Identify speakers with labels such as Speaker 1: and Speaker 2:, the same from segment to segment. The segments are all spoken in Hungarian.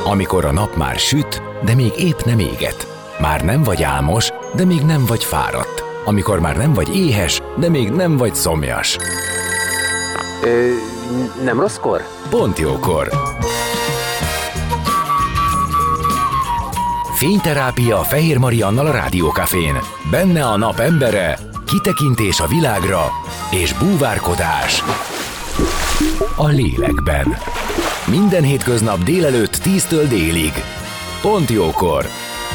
Speaker 1: Amikor a nap már süt, de még épp nem éget. Már nem vagy álmos, de még nem vagy fáradt. Amikor már nem vagy éhes, de még nem vagy szomjas.
Speaker 2: Nem rosszkor?
Speaker 1: Pont jókor. Fényterápia Fehér Mariannal a Rádiókafén. Benne a nap embere, kitekintés a világra és búvárkodás a lélekben. Minden hétköznap délelőtt 10-től délig. Pont jókor.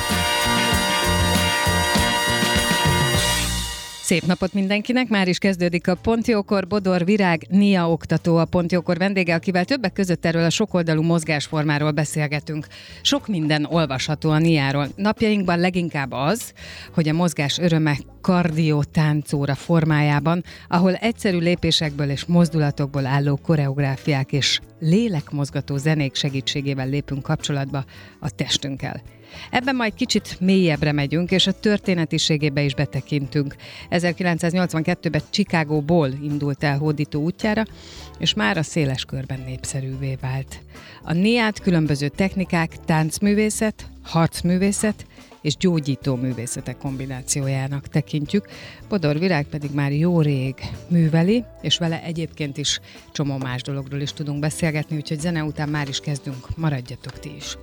Speaker 3: Szép napot mindenkinek, már is kezdődik a Pont Jókor. Bodor Virág, NIA oktató a Pont Jókor vendége, akivel többek között erről a sokoldalú mozgásformáról beszélgetünk. Sok minden olvasható a NIA-ról. Napjainkban leginkább az, hogy a mozgás öröme kardió táncóra formájában, ahol egyszerű lépésekből és mozdulatokból álló koreográfiák és lélekmozgató zenék segítségével lépünk kapcsolatba a testünkkel. Ebben majd kicsit mélyebbre megyünk, és a történetiségébe is betekintünk. 1982-ben Chicagóból indult el hódító útjára, és már a széles körben népszerűvé vált. A NIA-t különböző technikák, táncművészet, harcművészet és gyógyító művészetek kombinációjának tekintjük. Bodor Virág pedig már jó rég műveli, és vele egyébként is csomó más dologról is tudunk beszélgetni, úgyhogy zene után már is kezdünk, maradjatok ti is.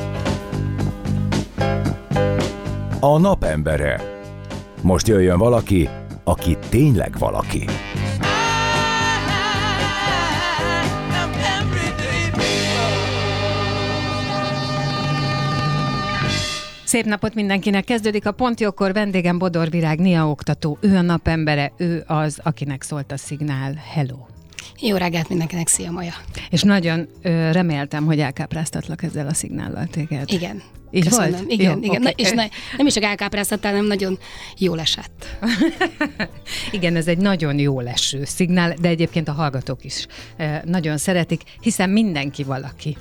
Speaker 1: A nap embere. Most jöjjön valaki, aki tényleg valaki.
Speaker 3: Szép napot mindenkinek! Kezdődik a Pont Jókor, vendégem Bodor Virág, NIA oktató. Ő a napembere, ő az, akinek szólt a szignál. Hello!
Speaker 4: Jó reggelt mindenkinek, szia Maja!
Speaker 3: És nagyon reméltem, hogy elkápráztatlak ezzel a szignállal téged.
Speaker 4: Igen.
Speaker 3: Így
Speaker 4: köszönöm.
Speaker 3: volt?
Speaker 4: Igen,
Speaker 3: jó,
Speaker 4: igen.
Speaker 3: Okay.
Speaker 4: És nem is csak elkápráztattál, hanem nagyon jól esett.
Speaker 3: Igen, ez egy nagyon jó leső szignál, de egyébként a hallgatók is nagyon szeretik, hiszen mindenki valaki.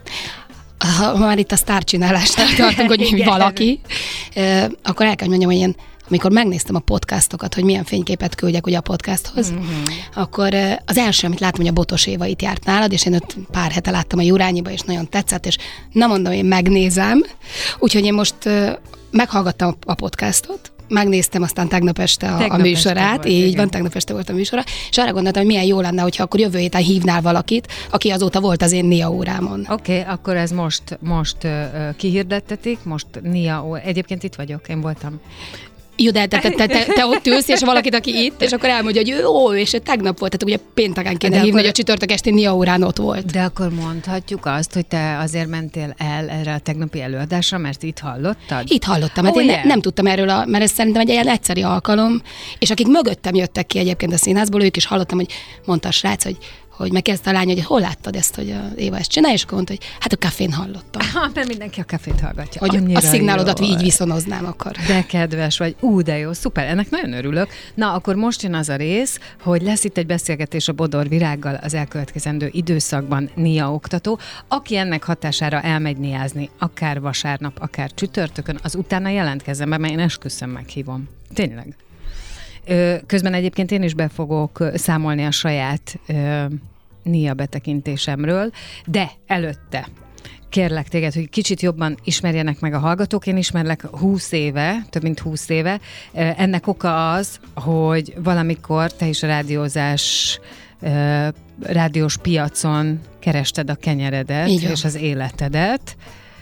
Speaker 4: Ha már itt a sztárcsinálásnál tartunk, hogy mi valaki, akkor el kell mondjam, hogy én amikor megnéztem a podcastokat, hogy milyen fényképet küldjek ugye a podcasthoz, akkor az első, amit láttam, hogy a Botos Éva itt járt nálad, és én őt pár hete láttam a Jurányiba, és nagyon tetszett, és nem mondom, én megnézem. Úgyhogy én most meghallgattam a podcastot, megnéztem aztán tegnap este a műsorát, így van, tegnap este volt a műsora, és arra gondoltam, hogy milyen jó lenne, hogyha akkor jövő héten hívnál valakit, aki azóta volt az én NIA órámon.
Speaker 3: Oké, akkor ez most kihirdettetik, most NIA óra. Egyébként itt vagyok, én voltam.
Speaker 4: Jó, de te ott ülsz, és valakit, aki itt, és akkor elmondja, hogy jó, és tegnap volt, tehát ugye pénteken kéne hívni, hogy a csütörtök esti NIA órán ott volt.
Speaker 3: De akkor mondhatjuk azt, hogy te azért mentél el erre a tegnapi előadásra, mert itt hallottad?
Speaker 4: Itt hallottam, mert én nem tudtam erről, mert ez szerintem egy ilyen egyszeri alkalom, és akik mögöttem jöttek ki egyébként a színházból, ők is hallottam, hogy mondta a srác, hogy megkezdte a lány, hogy hol láttad ezt, hogy Éva ezt csinálja, és akkor mondta, hogy hát a kafén hallottam.
Speaker 3: Mert mindenki a kafét hallgatja.
Speaker 4: Hogy annyira a szignálodat így viszonoznám akkor.
Speaker 3: De kedves vagy, de jó, szuper, ennek nagyon örülök. Na, akkor most jön az a rész, hogy lesz itt egy beszélgetés a Bodor Virággal az elkövetkezendő időszakban NIA oktató, aki ennek hatására elmegy niázni, akár vasárnap, akár csütörtökön, az utána jelentkezem be, mert én esküszöm meghívom. Tényleg. Közben egyébként én is be fogok számolni a saját NIA betekintésemről, de előtte kérlek téged, hogy kicsit jobban ismerjenek meg a hallgatók. Én ismerlek 20 éve, több mint 20 éve. Ennek oka az, hogy valamikor te is a rádiós piacon kerested a kenyeredet és az életedet.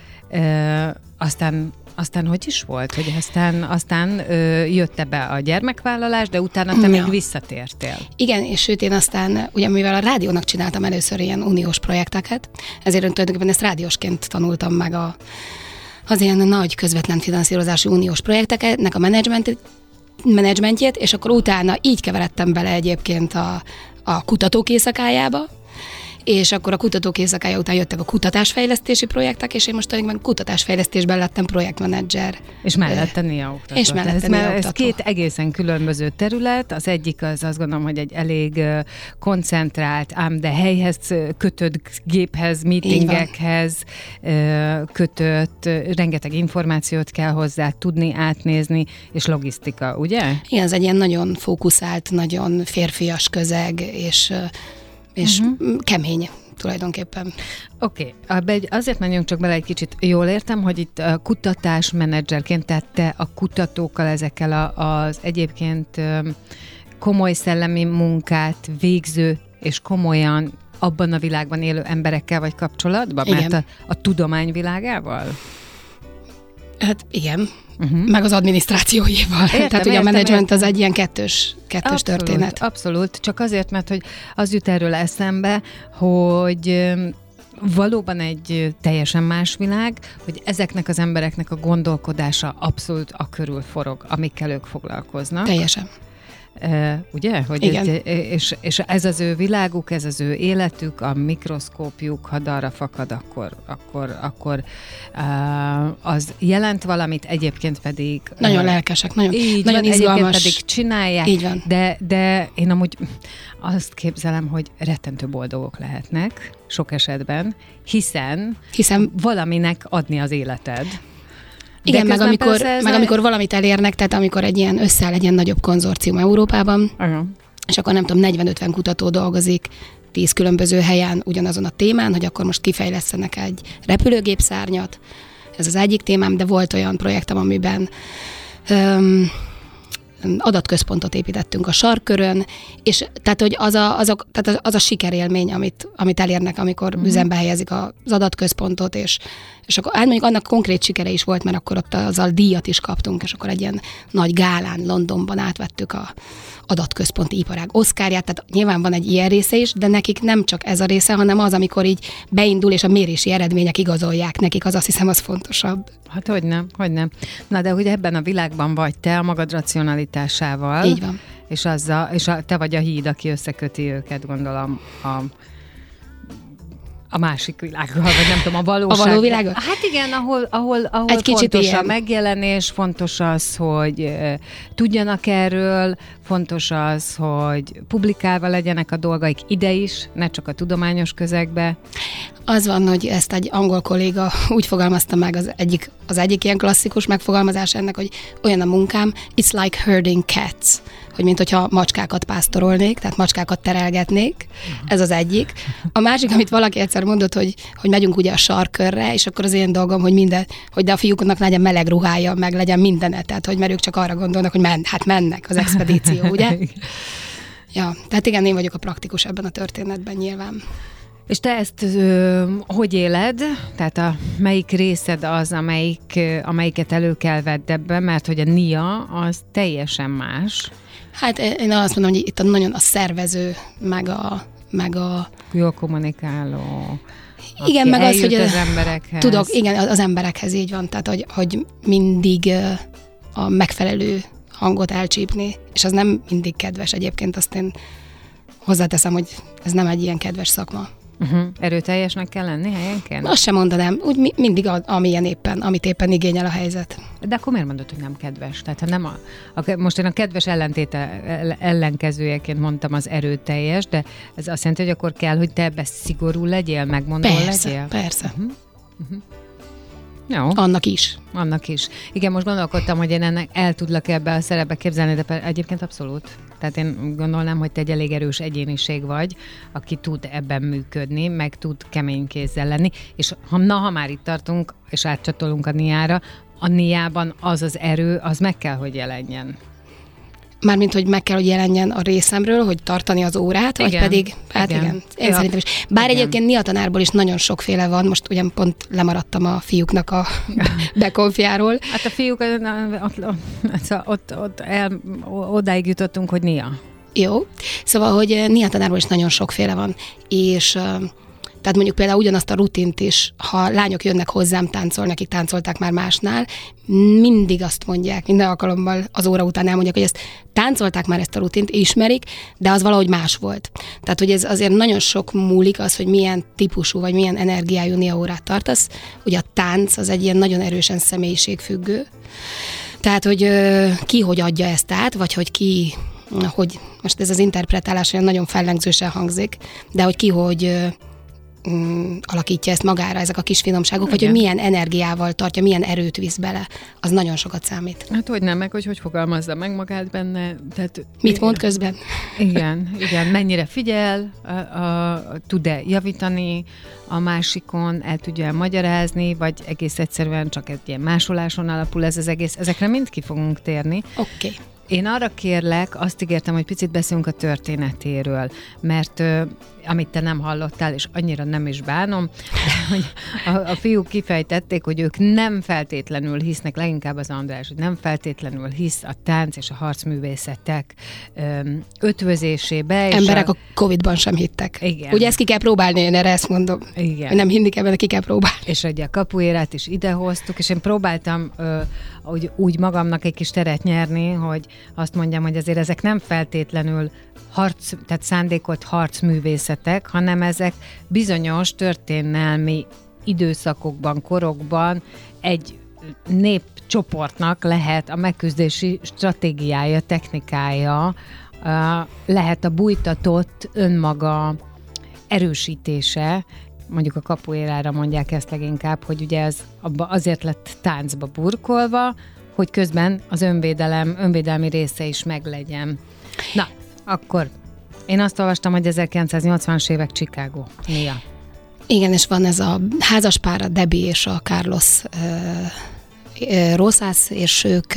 Speaker 3: Aztán hogy is volt? Hogy aztán jött be a gyermekvállalás, de utána te még visszatértél.
Speaker 4: Igen, és sőt én aztán, ugye mivel a rádiónak csináltam először ilyen uniós projekteket, ezért tulajdonképpen ezt rádiósként tanultam meg az ilyen nagy közvetlen finanszírozású uniós projekteknek a menedzsmentjét, és akkor utána így keveredtem bele egyébként a kutatók éjszakájába, és akkor a kutatók éjszakája után jöttek a kutatásfejlesztési projektek, és én most tulajdonképpen kutatásfejlesztésben lettem projektmenedzser.
Speaker 3: És mellette NIA oktató.
Speaker 4: És mellette NIA oktató.
Speaker 3: Ez két egészen különböző terület. Az egyik az azt gondolom, hogy egy elég koncentrált, ám de helyhez kötött, géphez, meetingekhez kötött, rengeteg információt kell hozzá tudni, átnézni, és logisztika, ugye? Igen,
Speaker 4: ez egy ilyen nagyon fókuszált, nagyon férfias közeg, és kemény. tulajdonképpen.
Speaker 3: Oké, azért menjünk csak bele egy kicsit. Jól értem, hogy itt kutatásmenedzserként, tehát te a kutatókkal, ezekkel az egyébként komoly szellemi munkát végző és komolyan abban a világban élő emberekkel vagy kapcsolatban?
Speaker 4: Igen.
Speaker 3: Mert a tudomány világával?
Speaker 4: Hát igen, meg az adminisztrációjéval. Tehát ugye a menedzsment az egy ilyen kettős történet.
Speaker 3: Abszolút, csak azért, mert hogy az jut erről eszembe, hogy valóban egy teljesen más világ, hogy ezeknek az embereknek a gondolkodása abszolút a körül forog, amikkel ők foglalkoznak.
Speaker 4: Teljesen.
Speaker 3: Ugye? Hogy és ez az ő világuk, ez az ő életük, a mikroszkópjuk, ha arra fakad, akkor az jelent valamit, egyébként pedig...
Speaker 4: Nagyon lelkesek, nagyon
Speaker 3: van,
Speaker 4: izgalmas.
Speaker 3: pedig csinálják,
Speaker 4: így van.
Speaker 3: De én amúgy azt képzelem, hogy rettentő boldogok lehetnek sok esetben, hiszen valaminek adni az életed.
Speaker 4: Igen, meg amikor valamit elérnek, tehát amikor összeáll egy ilyen nagyobb konzorcium Európában, és akkor nem tudom, 40-50 kutató dolgozik 10 különböző helyen ugyanazon a témán, hogy akkor most kifejlesztenek egy repülőgépszárnyat. Ez az egyik témám, de volt olyan projektem, amiben adatközpontot építettünk a sarkkörön, és tehát, hogy az a sikerélmény, amit elérnek, amikor üzembe helyezik az adatközpontot, és akkor mondjuk annak konkrét sikere is volt, mert akkor ott azzal díjat is kaptunk, és akkor egy ilyen nagy gálán Londonban átvettük a adatközponti iparág oszkárját, tehát nyilván van egy ilyen része is, de nekik nem csak ez a része, hanem az, amikor így beindul, és a mérési eredmények igazolják nekik, az azt hiszem, az fontosabb.
Speaker 3: Hát hogy nem. Na de hogy ebben a világban vagy te a magad racionalitásával.
Speaker 4: Így van.
Speaker 3: És te vagy a híd, aki összeköti őket, gondolom, a másik világgal, vagy nem tudom, a valóság.
Speaker 4: A való világgal?
Speaker 3: Hát igen, ahol
Speaker 4: egy kicsit
Speaker 3: fontos
Speaker 4: ilyen.
Speaker 3: A megjelenés, fontos az, hogy tudjanak erről, fontos az, hogy publikálva legyenek a dolgaik ide is, ne csak a tudományos közegbe.
Speaker 4: Az van, hogy ezt egy angol kolléga úgy fogalmazta meg, az egyik ilyen klasszikus megfogalmazás ennek, hogy olyan a munkám, it's like herding cats, hogy mint hogyha macskákat pásztorolnék, tehát macskákat terelgetnék, ez az egyik. A másik, amit valaki egyszer mondott, hogy megyünk ugye a sarkkörre, és akkor az én dolgom, hogy de a fiúknak legyen meleg ruhája, meg legyen mindene, tehát hogy mert ők csak arra gondolnak, hogy mennek az expedíció, ugye? Ja, tehát igen, én vagyok a praktikus ebben a történetben nyilván.
Speaker 3: És te ezt hogy éled? Tehát melyik részed az, amelyiket elő kell vedd ebbe, mert hogy a NIA az teljesen más.
Speaker 4: Hát én azt mondom, hogy itt nagyon a szervező, meg a
Speaker 3: jól kommunikáló.
Speaker 4: Igen, meg az, hogy
Speaker 3: az emberekhez.
Speaker 4: Tudok, igen, az emberekhez így van, tehát hogy mindig a megfelelő hangot elcsípni, és az nem mindig kedves egyébként, azt én hozzáteszem, hogy ez nem egy ilyen kedves szakma.
Speaker 3: Erőteljesnek kell lenni helyenként?
Speaker 4: Azt sem mondanám, úgy mindig amit éppen igényel a helyzet.
Speaker 3: De akkor miért mondod, hogy nem kedves? Tehát ha nem most én a kedves ellenkezőjeként mondtam az erőteljes, de ez azt jelenti, hogy akkor kell, hogy te ebbe szigorú legyél, megmondó legyél?
Speaker 4: Persze.
Speaker 3: Jó.
Speaker 4: Annak is.
Speaker 3: Igen, most gondolkodtam, hogy én ennek el tudlak ebbe a szerepbe képzelni, de egyébként abszolút. Tehát én gondolnám, hogy te egy elég erős egyéniség vagy, aki tud ebben működni, meg tud kemény kézzel lenni, és ha már itt tartunk, és átcsatolunk a NIA-ra, a NIA-ban az erő, az meg kell, hogy jelenjen.
Speaker 4: Mármint, hogy meg kell, hogy jelenjen a részemről, hogy tartani az órát, igen, vagy pedig, hát igen én szerintem is. Bár egyébként NIA tanárból is nagyon sokféle van, most ugyan pont lemaradtam a fiúknak a bekonfjáról.
Speaker 3: Hát a fiúk, ott odáig jutottunk, hogy NIA.
Speaker 4: Jó, szóval, hogy NIA tanárból is nagyon sokféle van, és tehát mondjuk például ugyanazt a rutint is, ha lányok jönnek hozzám táncolni, akik táncolták már másnál, mindig azt mondják, minden alkalommal az óra után elmondják, hogy ezt táncolták már ezt a rutint, ismerik, de az valahogy más volt. Tehát, hogy ez azért nagyon sok múlik az, hogy milyen típusú, vagy milyen energiájú NIA órát tartasz. Ugye a tánc az egy ilyen nagyon erősen személyiségfüggő. Tehát, hogy ki hogy adja ezt át, vagy hogy most ez az interpretálás olyan nagyon fellengzősen hangzik, de hogy ki hogy alakítja ezt magára, ezek a kis finomságok, vagy hogy milyen energiával tartja, milyen erőt visz bele, az nagyon sokat számít.
Speaker 3: Hát hogy nem, meg hogy fogalmazza meg magát benne. Tehát,
Speaker 4: mit mond közben?
Speaker 3: Igen, mennyire figyel, tud-e javítani a másikon, el tudja magyarázni, vagy egész egyszerűen csak egy ilyen másoláson alapul ez az egész. Ezekre mind ki fogunk térni.
Speaker 4: Oké.
Speaker 3: Én arra kérlek, azt ígértem, hogy picit beszélünk a történetéről, mert amit te nem hallottál, és annyira nem is bánom, de hogy a fiúk kifejtették, hogy ők nem feltétlenül hisznek, leginkább az András, hogy nem feltétlenül hisz a tánc és a harcművészetek ötvözésébe.
Speaker 4: Emberek a Covid-ban sem hittek.
Speaker 3: Igen.
Speaker 4: Ugye ezt ki kell próbálni, én erre ezt mondom.
Speaker 3: Igen.
Speaker 4: Nem hinni kell, de ki kell próbálni.
Speaker 3: És ugye a kapuérát is idehoztuk, és én próbáltam úgy magamnak egy kis teret nyerni, hogy azt mondjam, hogy azért ezek nem feltétlenül tehát szándékolt harcművészetek, hanem ezek bizonyos történelmi időszakokban, korokban egy népcsoportnak lehet a megküzdési stratégiája, technikája, lehet a bújtatott önmaga erősítése, mondjuk a kapuérára mondják ezt leginkább, hogy ugye ez azért lett táncba burkolva, hogy közben az önvédelmi része is meglegyen. Na, akkor én azt olvastam, hogy 1980-as évek Chicago. Nia.
Speaker 4: Igen, és van ez a házaspár, a Debbie és a Carlos Rosas, és ők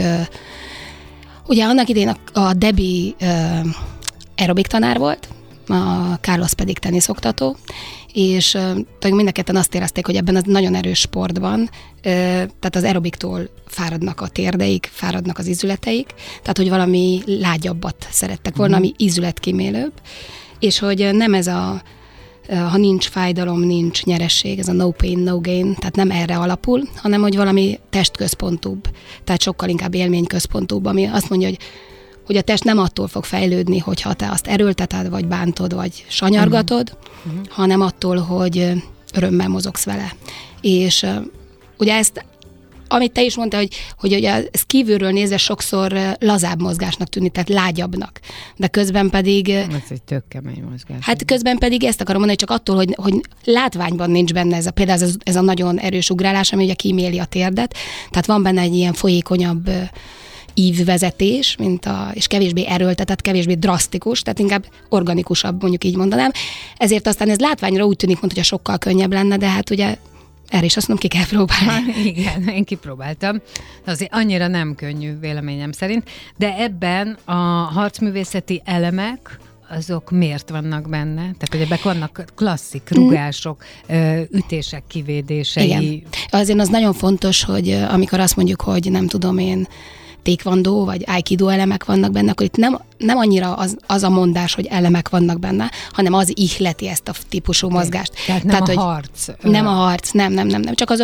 Speaker 4: ugye annak idején a Debbie aerobik tanár volt, a Carlos pedig teniszoktató, és mind a ketten azt érezték, hogy ebben az nagyon erős sportban, tehát az aerobiktól fáradnak a térdeik, fáradnak az izületeik, tehát hogy valami lágyabbat szerettek volna, ami ízületkímélőbb, és hogy nem ez ha nincs fájdalom, nincs nyeresség, ez a no pain, no gain, tehát nem erre alapul, hanem hogy valami testközpontúbb, tehát sokkal inkább élményközpontúbb, ami azt mondja, hogy a test nem attól fog fejlődni, hogyha te azt erőlteted, vagy bántod, vagy sanyargatod, hanem attól, hogy örömmel mozogsz vele. És ugye ezt, amit te is mondtál, hogy ugye ez kívülről nézve sokszor lazább mozgásnak tűnik, tehát lágyabbnak. De közben pedig...
Speaker 3: Ez egy tök kemény mozgás.
Speaker 4: Hát közben pedig ezt akarom mondani, csak attól, hogy látványban nincs benne például ez a nagyon erős ugrálás, ami ugye kíméli a térdet. Tehát van benne egy ilyen folyékonyabb ívvezetés, és kevésbé erőltetett, kevésbé drasztikus, tehát inkább organikusabb, mondjuk így mondanám. Ezért aztán ez látványra úgy tűnik, hogy sokkal könnyebb lenne, de hát ugye erre is azt mondom, ki kell próbálni.
Speaker 3: Igen, én kipróbáltam. De azért annyira nem könnyű véleményem szerint, de ebben a harcművészeti elemek, azok miért vannak benne? Tehát, hogy ebben vannak klasszik rugások, ütések, kivédései.
Speaker 4: Igen. Azért az nagyon fontos, hogy amikor azt mondjuk, hogy nem tudom én, taekwondo vagy aikido elemek vannak benne, akkor itt nem annyira az a mondás, hogy elemek vannak benne, hanem az ihleti ezt a típusú mozgást.
Speaker 3: Tehát nem a harc.
Speaker 4: Nem a harc, nem. Csak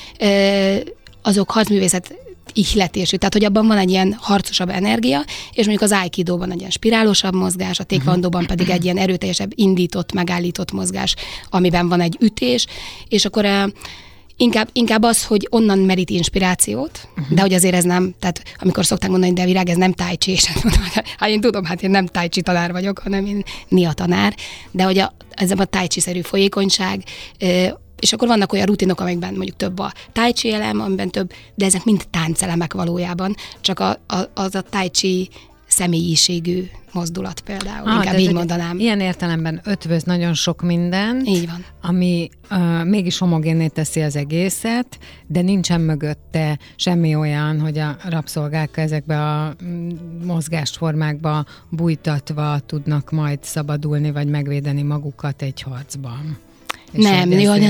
Speaker 4: azok harcművészet ihletésű. Tehát, hogy abban van egy ilyen harcosabb energia, és mondjuk az aikidóban egy ilyen spirálosabb mozgás, a taekwondóban pedig egy ilyen erőteljesebb indított, megállított mozgás, amiben van egy ütés, és akkor Inkább az, hogy onnan merít inspirációt, de hogy azért ez nem, tehát amikor szokták mondani, de Virág, ez nem tai chi, és hát én tudom, hát én nem tai chi tanár vagyok, hanem én nia tanár, de hogy ez a tai chi-szerű folyékonyság, és akkor vannak olyan rutinok, amikben mondjuk több a tai chi elem, amiben több, de ezek mind táncelemek valójában, csak az a tai chi személyiségű mozdulat például, inkább így mondanám.
Speaker 3: Ilyen értelemben ötvöz nagyon sok minden,
Speaker 4: így van,
Speaker 3: ami mégis homogénné teszi az egészet, de nincsen mögötte semmi olyan, hogy a rabszolgák ezekbe a mozgásformákba bújtatva tudnak majd szabadulni, vagy megvédeni magukat egy harcban.
Speaker 4: Nem.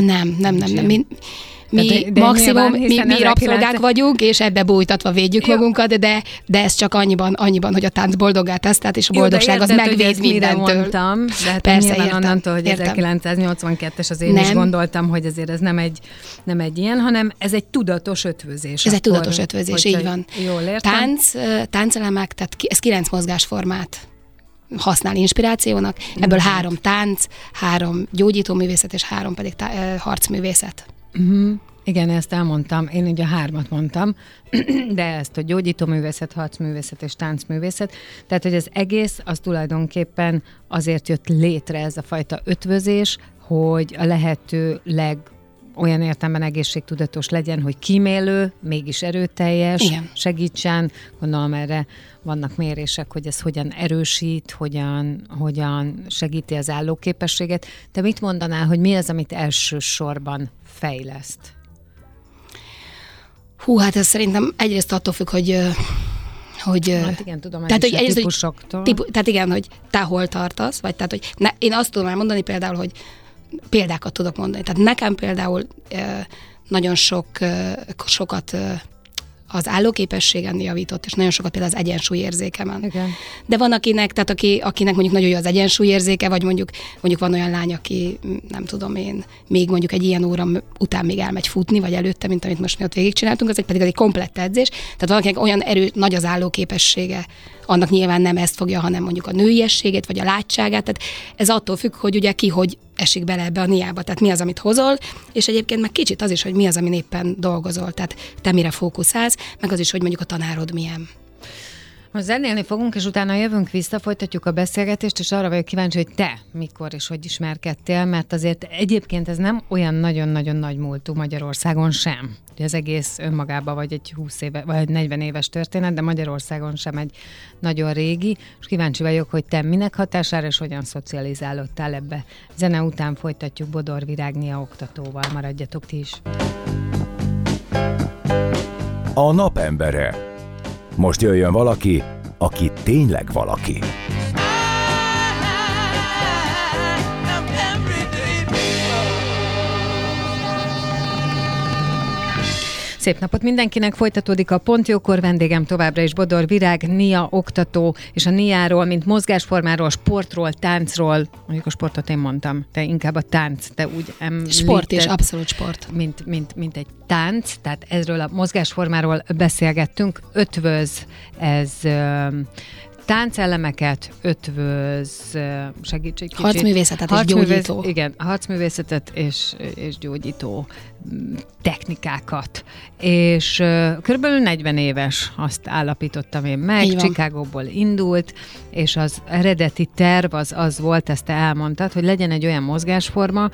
Speaker 4: Mi maximum, mi rabszolgák vagyunk, és ebbe bújtatva védjük magunkat, de ez csak annyiban, hogy a tánc boldoggá tesz, tehát és a boldogság az megvéd mindentől.
Speaker 3: Mondtam, de hát
Speaker 4: persze,
Speaker 3: nyilván onnantól, hogy 1982-es az én is gondoltam, hogy azért ez nem egy ilyen, hanem ez egy tudatos ötvözés.
Speaker 4: Ez egy tudatos ötvözés, így van.
Speaker 3: Jól értem.
Speaker 4: Táncelemek, tehát ez 9 mozgásformát használ inspirációnak, ebből 3 tánc, 3 gyógyítóművészet, és 3 pedig harcművészet.
Speaker 3: Igen, ezt elmondtam, én ugye 3 mondtam, de ezt a gyógyítóművészet, harcművészet és táncművészet, tehát hogy az egész az tulajdonképpen azért jött létre ez a fajta ötvözés, hogy a lehető olyan értelemben egészségtudatos legyen, hogy kímélő, mégis erőteljes,
Speaker 4: igen,
Speaker 3: segítsen. Gondolom erre vannak mérések, hogy ez hogyan erősít, hogyan segíti az állóképességet. Te mit mondanál, hogy mi az, amit elsősorban fejleszt?
Speaker 4: Hát ez szerintem egyrészt attól függ, hogy
Speaker 3: hát igen, tudom, tehát, hogy típusoktól.
Speaker 4: Tehát igen, hogy te hol tartasz, vagy tehát, hogy én azt tudom elmondani például, hogy példákat tudok mondani. Tehát nekem például nagyon sokat az állóképességen javított, és nagyon sokat például az egyensúlyérzékemen.
Speaker 3: Igen.
Speaker 4: De van akinek, tehát akinek mondjuk nagyon jó az egyensúlyérzéke, vagy mondjuk van olyan lány, aki nem tudom én, még mondjuk egy ilyen óra után még elmegy futni, vagy előtte, mint amit most mi ott végigcsináltunk, az pedig egy komplett edzés. Tehát valakinek olyan nagy az állóképessége, annak nyilván nem ezt fogja, hanem mondjuk a nőiességét, vagy a látságát. Tehát ez attól függ, hogy ugye ki hogy esik bele ebbe a niába, tehát mi az, amit hozol, és egyébként meg kicsit az is, hogy mi az, amin éppen dolgozol, tehát te mire fókuszálsz, meg az is, hogy mondjuk a tanárod milyen.
Speaker 3: Most zenélni fogunk, és utána jövünk vissza, folytatjuk a beszélgetést, és arra vagyok kíváncsi, hogy te mikor és hogy ismerkedtél, mert azért egyébként ez nem olyan nagyon-nagyon nagy múltú Magyarországon sem. Ugye az egész önmagában vagy egy 20 éve, vagy 40 éves történet, de Magyarországon sem egy nagyon régi, és kíváncsi vagyok, hogy te minek hatására és hogyan szocializálódtál ebbe. Zene után folytatjuk Bodor Virág Nia oktatóval, maradjatok ti is.
Speaker 1: A napembere. Most jöjjön valaki, aki tényleg valaki.
Speaker 3: Szép napot mindenkinek, folytatódik a Pont Jókor, vendégem továbbra is Bodor Virág, Nia oktató, és a Niáról, mint mozgásformáról, sportról, táncról, mondjuk a sportot én mondtam, te inkább a tánc, te úgy
Speaker 4: sport és abszolút sport.
Speaker 3: Mint egy tánc, tehát ezről a mozgásformáról beszélgettünk, ötvöz ez táncelemeket, ötvöz, segíts egy kicsit.
Speaker 4: Harcművészetet és gyógyító.
Speaker 3: Igen, harcművészetet és gyógyító technikákat. És körülbelül 40 éves, azt állapítottam én meg, Chicagóból indult, és az eredeti terv az volt, ezt te elmondtad, hogy legyen egy olyan mozgásforma,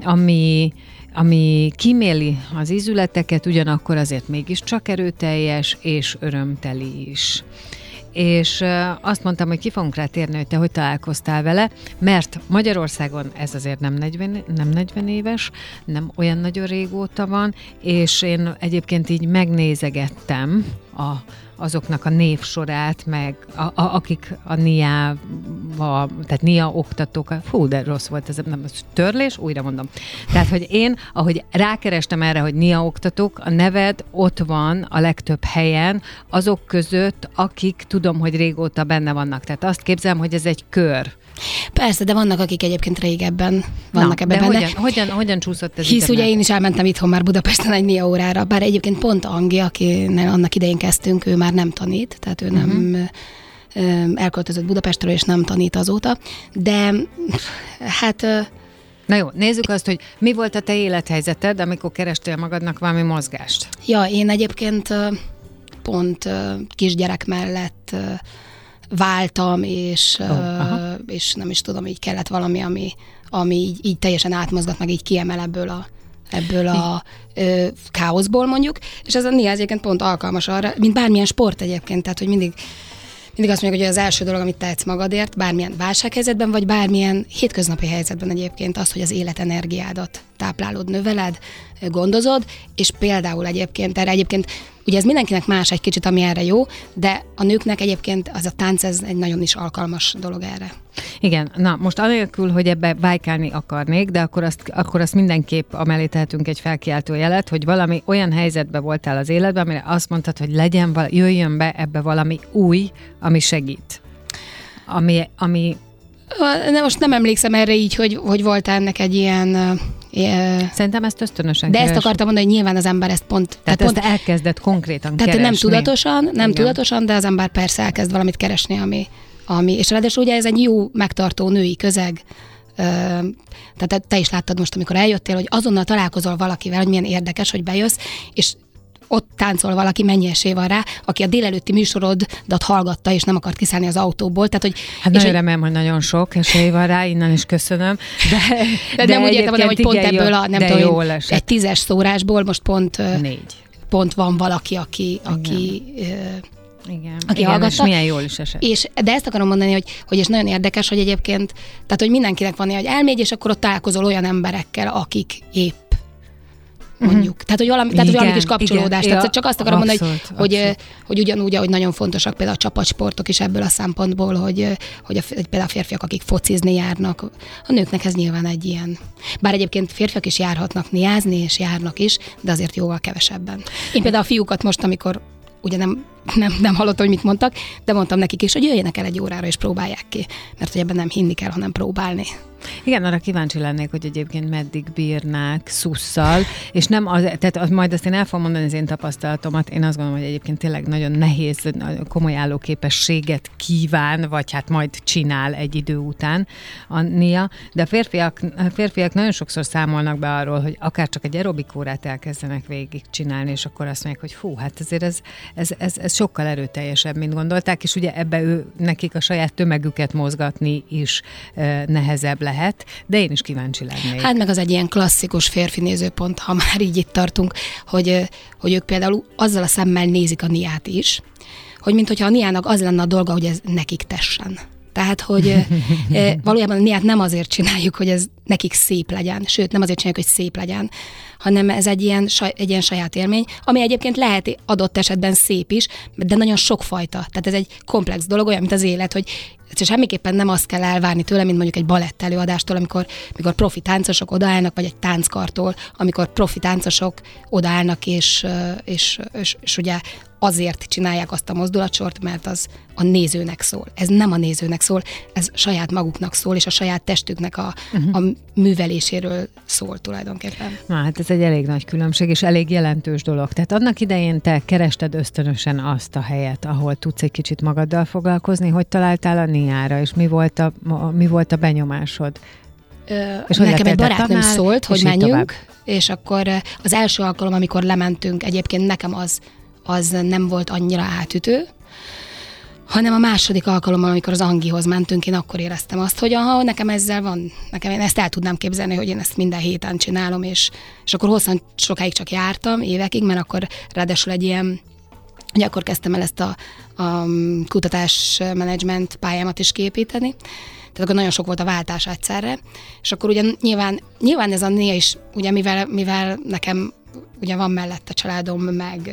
Speaker 3: ami kíméli az ízületeket, ugyanakkor azért mégiscsak erőteljes és örömteli is. És azt mondtam, hogy ki fogunk rá térni, hogy te hogy találkoztál vele, mert Magyarországon ez azért nem 40 éves, nem olyan nagyon régóta van, és én egyébként így megnézegettem azoknak a névsorát, meg akik a NIA-val, tehát NIA oktatók, de rossz volt ez, nem, ez törlés, újra mondom. Tehát, hogy én, ahogy rákerestem erre, hogy NIA oktatók, a neved ott van a legtöbb helyen, azok között, akik tudom, hogy régóta benne vannak. Tehát azt képzelem, hogy ez egy kör.
Speaker 4: Persze, de vannak, akik egyébként régebben vannak ebben benne.
Speaker 3: Hogyan csúszott ez?
Speaker 4: Hisz ugye én is elmentem itthon már Budapesten egy NIA órára, bár egyébként pont Angi, akinél annak idején kezdtünk, ő már nem tanít, tehát ő nem elköltözött Budapestről, és nem tanít azóta, de hát...
Speaker 3: Na jó, nézzük azt, hogy mi volt a te élethelyzeted, amikor kerestél magadnak valami mozgást?
Speaker 4: Ja, én egyébként pont kisgyerek mellett váltam, és nem is tudom, így kellett valami, ami így teljesen átmozgat, meg így kiemel ebből a káoszból mondjuk, és ez a NIA egyébként pont alkalmas arra, mint bármilyen sport egyébként, tehát hogy mindig azt mondjuk, hogy az első dolog, amit tehetsz magadért, bármilyen válsághelyzetben, vagy bármilyen hétköznapi helyzetben egyébként az, hogy az életenergiádat táplálod, növeled, gondozod, és például egyébként ugye ez mindenkinek más egy kicsit, ami erre jó, de a nőknek egyébként az a tánc, ez egy nagyon is alkalmas dolog erre.
Speaker 3: Igen, na most anélkül, hogy ebbe bájkálni akarnék, de akkor azt mindenképp amellé tehetünk egy felkiáltó jelet, hogy valami olyan helyzetbe voltál az életben, amire azt mondtad, hogy jöjjön be ebbe valami új, ami segít. Ami
Speaker 4: most nem emlékszem erre így, hogy volt ennek egy ilyen...
Speaker 3: Szerintem ezt ösztönösen
Speaker 4: de ezt akartam mondani, hogy nyilván az ember ezt pont...
Speaker 3: Tehát ezt elkezdett konkrétan
Speaker 4: tehát
Speaker 3: keresni.
Speaker 4: Nem tudatosan, de az ember persze elkezd valamit keresni, ami és ráadásul ugye ez egy jó, megtartó női közeg. Tehát te is láttad most, amikor eljöttél, hogy azonnal találkozol valakivel, hogy milyen érdekes, hogy bejössz, és ott táncol valaki, mennyi esély van rá, aki a délelőtti műsorodat hallgatta, és nem akart kiszállni az autóból. Tehát, hogy,
Speaker 3: hát nagyon remélem, hogy nagyon sok esély van rá, innen is köszönöm. De
Speaker 4: nem úgy értem, hogy pont ebből a, nem tudom, egy 10-es szórásból most pont van valaki, aki
Speaker 3: igen,
Speaker 4: hallgatta.
Speaker 3: És milyen jól is esett.
Speaker 4: De ezt akarom mondani, hogy és nagyon érdekes, hogy egyébként, tehát hogy mindenkinek van ilyen, hogy elmégy, és akkor ott találkozol olyan emberekkel, akik épp mondjuk. Tehát, hogy valami kis kapcsolódás. Tehát csak azt akarom mondani, hogy ugyanúgy, ahogy nagyon fontosak például a csapatsportok is ebből a szempontból, hogy például a férfiak, akik focizni járnak, a nőknek ez nyilván egy ilyen. Bár egyébként férfiak is járhatnak niázni, és járnak is, de azért jóval kevesebben. Én például a fiúkat most, amikor ugye nem hallottam, hogy mit mondtak, de mondtam nekik is, hogy jöjjenek el egy órára és próbálják ki, mert hogy ebben nem hinni kell, hanem próbálni.
Speaker 3: Igen, arra kíváncsi lennék, hogy egyébként meddig bírnák szusszal, és nem tehát majd azt én el fogom mondani az én tapasztalatomat, én azt gondolom, hogy egyébként tényleg nagyon nehéz, komoly állóképességet kíván, vagy hát majd csinál egy idő után a Nia, de a férfiak nagyon sokszor számolnak be arról, hogy akár csak egy aerobik órát elkezdenek végig csinálni, és akkor azt mondják, hogy fú, hát azért ez sokkal erőteljesebb, mint gondolták, és ugye ebbe nekik a saját tömegüket mozgatni is nehezebb lehet, de én is kíváncsi lennék.
Speaker 4: Hát meg az egy ilyen klasszikus férfi nézőpont, ha már így itt tartunk, hogy ők például azzal a szemmel nézik a Niát is, hogy minthogyha a Niának az lenne a dolga, hogy ez nekik tessen. Tehát, hogy valójában a Niát nem azért csináljuk, hogy ez nekik szép legyen, sőt, nem azért csináljuk, hogy szép legyen, hanem ez egy ilyen saját élmény, ami egyébként lehet adott esetben szép is, de nagyon sokfajta. Tehát ez egy komplex dolog, olyan, mint az élet, hogy semmiképpen nem azt kell elvárni tőle, mint mondjuk egy balett előadástól, amikor profi táncosok odaállnak, vagy egy tánckartól, amikor profi táncosok odaállnak, és ugye azért csinálják azt a mozdulatsort, mert az a nézőnek szól. Ez nem a nézőnek szól, ez saját maguknak szól, és a saját testüknek a műveléséről szól tulajdonképpen.
Speaker 3: Na, hát ez egy elég nagy különbség, és elég jelentős dolog. Tehát annak idején te kerested ösztönösen azt a helyet, ahol tudsz egy kicsit magaddal foglalkozni, hogy találtál a Niára, és mi volt a benyomásod?
Speaker 4: És nekem egy barátnőm szólt, hogy menjünk, és akkor az első alkalom, amikor lementünk, egyébként nekem az nem volt annyira átütő, hanem a második alkalommal, amikor az Angihoz mentünk, én akkor éreztem azt, hogy nekem ezzel van, én ezt el tudnám képzelni, hogy én ezt minden héten csinálom, és akkor sokáig csak jártam, évekig, mert akkor ráadásul egy ilyen, ugye akkor kezdtem el ezt a kutatásmenedzsment pályámat is kiépíteni, tehát akkor nagyon sok volt a váltás egyszerre, és akkor ugye nyilván ez a Nia is, ugye mivel nekem ugye van mellett a családom,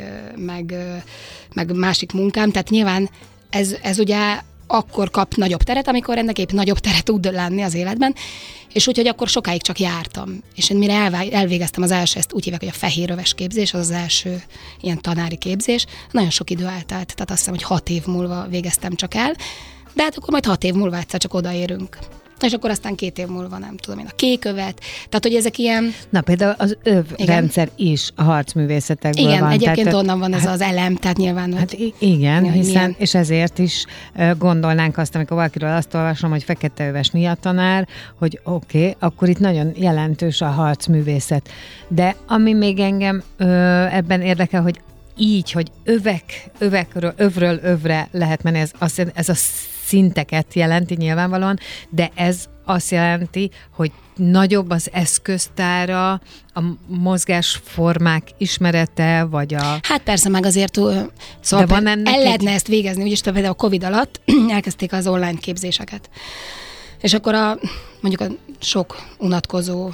Speaker 4: meg másik munkám, tehát nyilván ez ugye akkor kap nagyobb teret, amikor ennek épp nagyobb teret tud lenni az életben, és úgyhogy akkor sokáig csak jártam. És én mire elvégeztem az első, ezt úgy hívják, hogy a fehéröves képzés, az első ilyen tanári képzés, nagyon sok idő eltelt, tehát azt hiszem, hogy 6 év múlva végeztem csak el, de hát akkor majd 6 év múlva egyszer csak odaérünk. És akkor aztán 2 év múlva, nem tudom én, a kékövet. Tehát, hogy ezek ilyen...
Speaker 3: Na, például az övrendszer is a harcművészetekből
Speaker 4: igen,
Speaker 3: van.
Speaker 4: Egyébként tehát, onnan van ez az elem, tehát nyilván...
Speaker 3: Hát igen, hiszen, és ezért is gondolnánk azt, amikor valakiről azt olvasom, hogy feketeöves Nia tanár, hogy oké, akkor itt nagyon jelentős a harcművészet. De ami még engem ebben érdekel, hogy így, hogy övről övre lehet menni, ez a szinteket jelenti nyilvánvalóan, de ez azt jelenti, hogy nagyobb az eszköztára, a mozgásformák ismerete, vagy a...
Speaker 4: Hát persze, meg azért szóval el lehetne ezt végezni, úgyis például a Covid alatt elkezdték az online képzéseket. És akkor mondjuk a sok unatkozó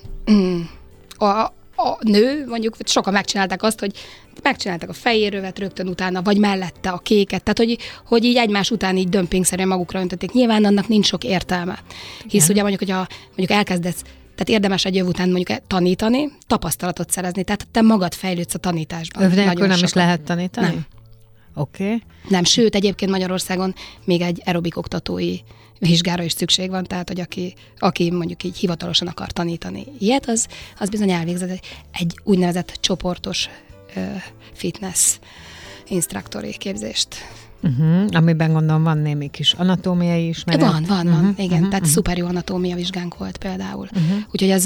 Speaker 4: a nő, mondjuk sokan megcsinálták azt, hogy megcsinálták a fehérövet rögtön utána, vagy mellette a kéket, tehát hogy így egymás után így dömpingszerűen magukra öntötték. Nyilván annak nincs sok értelme. Hisz ugye mondjuk elkezdesz, tehát érdemes egy év után mondjuk tanítani, tapasztalatot szerezni, tehát te magad fejlődsz a tanításban.
Speaker 3: Övnélkül nem is lehet tanítani?
Speaker 4: Nem.
Speaker 3: Oké.
Speaker 4: Nem, sőt, egyébként Magyarországon még egy aerobik oktatói vizsgára is szükség van, tehát, hogy aki mondjuk így hivatalosan akar tanítani ilyet, az bizony elvégzett egy úgynevezett csoportos fitness instruktori képzést.
Speaker 2: Amiben gondolom van némi kis anatómiai ismeret.
Speaker 4: Van, igen. Tehát szuper jó anatómia vizsgánk volt például. Úgyhogy ez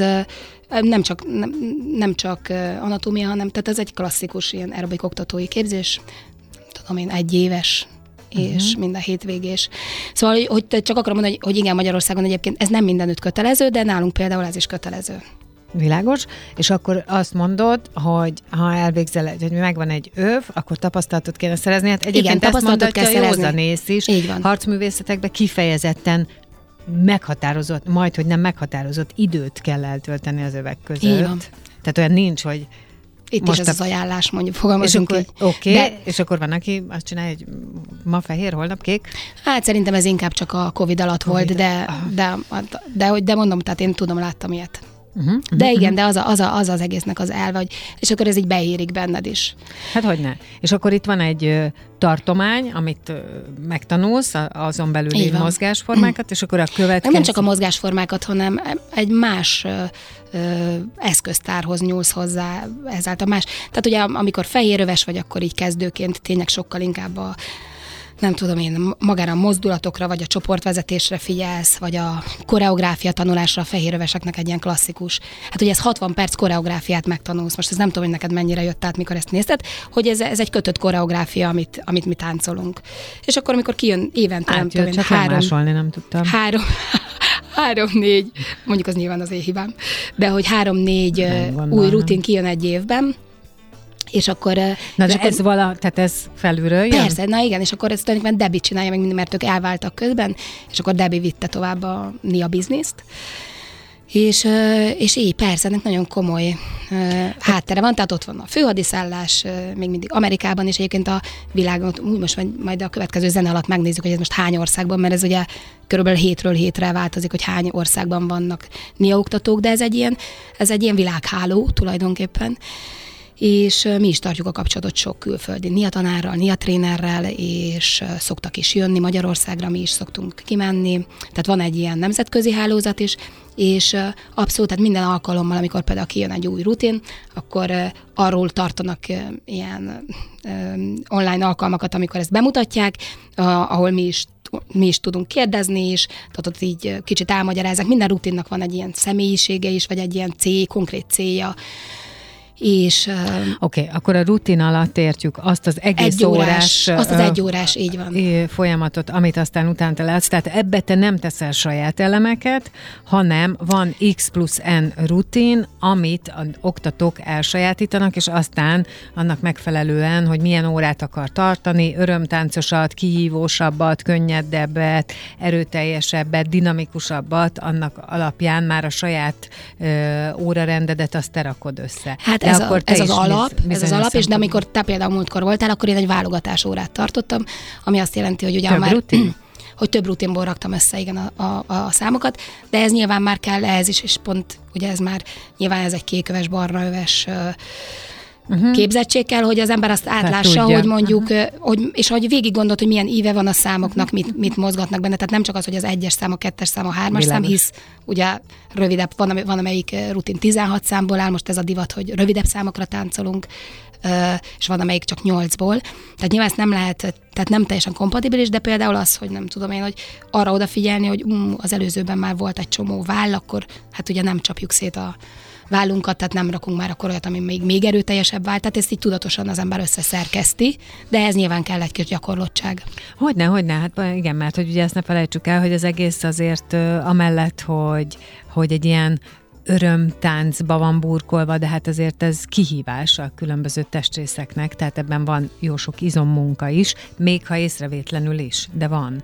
Speaker 4: nem csak anatómia, hanem tehát ez egy klasszikus ilyen aerobik oktatói képzés, tudom én, 1 éves, és minden hétvégés. Szóval, hogy csak akarom mondani, hogy igen, Magyarországon egyébként ez nem mindenütt kötelező, de nálunk például ez is kötelező.
Speaker 2: Világos, és akkor azt mondod, hogy ha elvégzel, hogy megvan egy öv, akkor tapasztalatot kéne szerezni. Hát egyébként
Speaker 4: igen,
Speaker 2: ezt mondatja
Speaker 4: kell szerezni.
Speaker 2: józanész is. Harcművészetekben kifejezetten meghatározott, majdhogy nem meghatározott időt kell eltölteni az övek között. Tehát olyan nincs, hogy
Speaker 4: itt is ez az ajánlás, mondjuk fogalmazunk így.
Speaker 2: Oké, és akkor van, aki azt csinálja, hogy ma fehér, holnap kék?
Speaker 4: Hát szerintem ez inkább csak a Covid alatt volt, de mondom, tehát én tudom, láttam ilyet. De igen, de az egésznek az elve, hogy, és akkor ez így beérik benned is.
Speaker 2: Hát hogyne. És akkor itt van egy tartomány, amit megtanulsz, azon belüli mozgásformákat, és akkor a következő...
Speaker 4: Nem csak a mozgásformákat, hanem egy más eszköztárhoz nyúlsz hozzá, ezáltal más. Tehát ugye amikor fehéröves vagy, akkor így kezdőként tényleg sokkal inkább nem tudom én, magára a mozdulatokra, vagy a csoportvezetésre figyelsz, vagy a koreográfia tanulásra, a fehéröveseknek egy ilyen klasszikus. Hát ugye ez 60 perc koreográfiát megtanulsz. Most ez nem tudom, hogy neked mennyire jött át, mikor ezt nézted, hogy ez egy kötött koreográfia, amit mi táncolunk. És akkor, amikor kijön évente, nem tudom én,
Speaker 2: másolni nem tudtam.
Speaker 4: 3-4, mondjuk az nyilván az én hibám, de hogy 3-4 új rutin kijön egy évben, és akkor...
Speaker 2: Na, de ez tehát ez felülről jön?
Speaker 4: Persze, na igen, és akkor ezt tulajdonképpen Debbie csinálja meg mindig, mert ők elváltak közben, és akkor Debbie vitte tovább a Nia bizniszt. És így persze, ennek nagyon komoly háttere van, tehát ott van a főhadiszállás, még mindig Amerikában, és egyébként a világon, most majd a következő zene alatt megnézzük, hogy ez most hány országban, mert ez ugye körülbelül hétről hétre változik, hogy hány országban vannak Nia oktatók, de ez egy ilyen világháló tulajdonképpen. És mi is tartjuk a kapcsolatot sok külföldi Nia tanárral, Nia trénerrel, és szoktak is jönni Magyarországra, mi is szoktunk kimenni. Tehát van egy ilyen nemzetközi hálózat is, és abszolút, tehát minden alkalommal, amikor például kijön egy új rutin, akkor arról tartanak ilyen online alkalmakat, amikor ezt bemutatják, ahol mi is tudunk kérdezni is, tehát ott így kicsit elmagyarázzák. Minden rutinnak van egy ilyen személyisége is, vagy egy ilyen konkrét célja. És
Speaker 2: Oké, akkor a rutin alatt értjük azt az egész órás,
Speaker 4: azt az 1 órás, így van.
Speaker 2: Folyamatot, amit aztán utána te látsz. Tehát ebbe te nem teszel saját elemeket, hanem van X+N rutin, amit az oktatók elsajátítanak, és aztán annak megfelelően, hogy milyen órát akar tartani, örömtáncosat, kihívósabbat, könnyedebbet, erőteljesebbet, dinamikusabbat, annak alapján már a saját órarendedet azt te rakod össze.
Speaker 4: Hát ez az alap, és de amikor te például múltkor voltál, akkor én egy válogatás órát tartottam, ami azt jelenti, hogy ugye hogy több rutinból raktam össze, igen, a számokat, de ez nyilván már kell ehhez is, és pont ugye ez már nyilván ez egy kéköves, barnaöves képzettség kell, hogy az ember azt átlássa, hogy mondjuk, és hogy végig gondolt, hogy milyen íve van a számoknak, mit mozgatnak benne. Tehát nem csak az, hogy az 1-es szám, a 2-es szám, a 3-as szám, hisz ugye rövidebb, van amelyik rutin 16 számból áll, most ez a divat, hogy rövidebb számokra táncolunk, és van amelyik csak 8-ból. Tehát nyilván ezt nem lehet, tehát nem teljesen kompatibilis, de például az, hogy nem tudom én, hogy arra odafigyelni, hogy az előzőben már volt egy csomó váll, akkor hát ugye nem csapjuk szét a vállunkat, tehát nem rakunk már akkor olyat, ami még erőteljesebb vált, tehát ezt így tudatosan az ember összeszerkeszti, de ez nyilván kell egy kis gyakorlottság.
Speaker 2: Hogyne, hát igen, mert hogy ugye ezt ne felejtsük el, hogy az egész azért amellett, hogy egy ilyen örömtáncba van burkolva, de hát azért ez kihívás a különböző testrészeknek, tehát ebben van jó sok izommunka is, még ha észrevétlenül is, de van.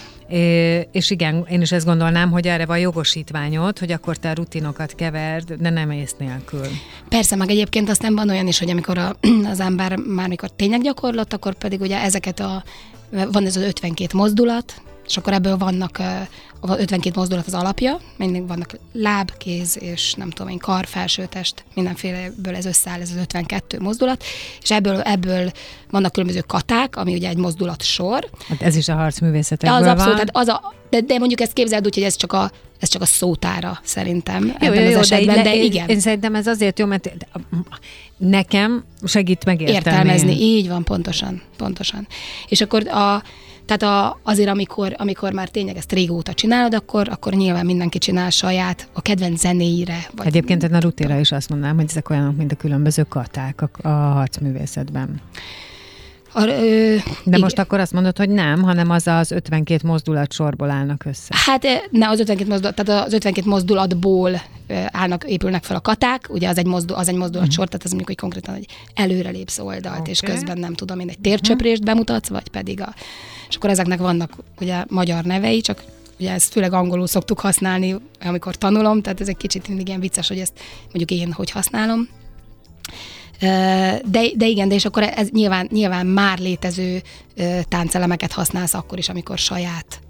Speaker 2: És igen, én is ezt gondolnám, hogy erre van jogosítványod, hogy akkor te a rutinokat keverd, de nem ész nélkül.
Speaker 4: Persze, meg egyébként aztán van olyan is, hogy amikor az ember már mikor tényleg gyakorlott, akkor pedig ugye ezeket van ez az 52 mozdulat, És akkor ebből vannak 52 mozdulat az alapja, mindig vannak láb, kéz és nem tudom én, kar, felsőtest, mindenféleből ez összeáll, ez az 52 mozdulat, és ebből vannak különböző katák, ami ugye egy mozdulat sor.
Speaker 2: Hát ez is a harcművészetekből
Speaker 4: az abszolút,
Speaker 2: van.
Speaker 4: Tehát de mondjuk ezt képzeld úgy, hogy ez csak a szótára szerintem
Speaker 2: Jó,
Speaker 4: ebben az esetben, de igen.
Speaker 2: Én szerintem ez azért jó, mert nekem segít megérteni.
Speaker 4: Értelmezni, így van, pontosan. És akkor azért, amikor már tényleg ezt régóta csinálod, akkor nyilván mindenki csinál saját a kedvenc zenéire. Vagy
Speaker 2: Egyébként a rutinra is azt mondanám, hogy ezek olyanok, mint a különböző katák a harcművészetben. De
Speaker 4: igen.
Speaker 2: most akkor azt mondod, hogy nem, hanem az 52 mozdulat sorból állnak össze.
Speaker 4: Hát az 52 mozdulat, tehát az 52 mozdulatból épülnek fel a katák, ugye az egy mozdulat sor, tehát az mondjuk, hogy konkrétan egy előrelépsz oldalt, és közben nem tudom én, egy tércsöprést bemutatsz, vagy pedig és akkor ezeknek vannak ugye magyar nevei, csak ugye ezt főleg angolul szoktuk használni, amikor tanulom, tehát ez egy kicsit ilyen vicces, hogy ezt mondjuk én hogy használom. De igen, és akkor ez nyilván már létező táncelemeket használsz akkor is, amikor saját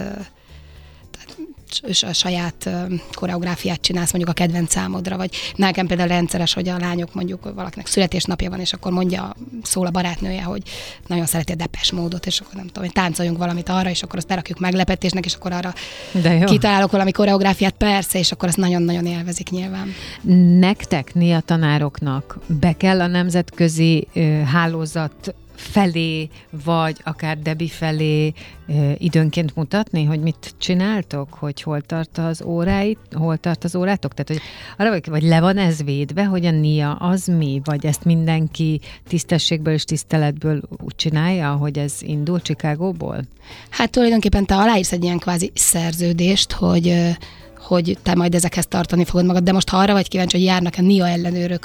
Speaker 4: koreográfiát csinálsz mondjuk a kedvenc számodra, vagy nekem például rendszeres, hogy a lányok mondjuk valakinek születésnapja van, és akkor szól a barátnője, hogy nagyon szereti a Depeche Módot, és akkor nem tudom, hogy táncoljunk valamit arra, és akkor azt berakjuk meglepetésnek, és akkor arra kitalálok valami koreográfiát, persze, és akkor azt nagyon-nagyon élvezik nyilván.
Speaker 2: Nektek, NIA tanároknak be kell a nemzetközi hálózat felé, vagy akár Debi felé időnként mutatni, hogy mit csináltok, hogy hol tart az órátok? Tehát, hogy arra vagy le van ez védve, hogy a NIA az mi? Vagy ezt mindenki tisztességből és tiszteletből úgy csinálja, hogy ez indul Chicagóból?
Speaker 4: Hát tulajdonképpen te aláírsz egy ilyen kvázi szerződést, hogy te majd ezekhez tartani fogod magad, de most ha arra vagy kíváncsi, hogy járnak a NIA ellenőrök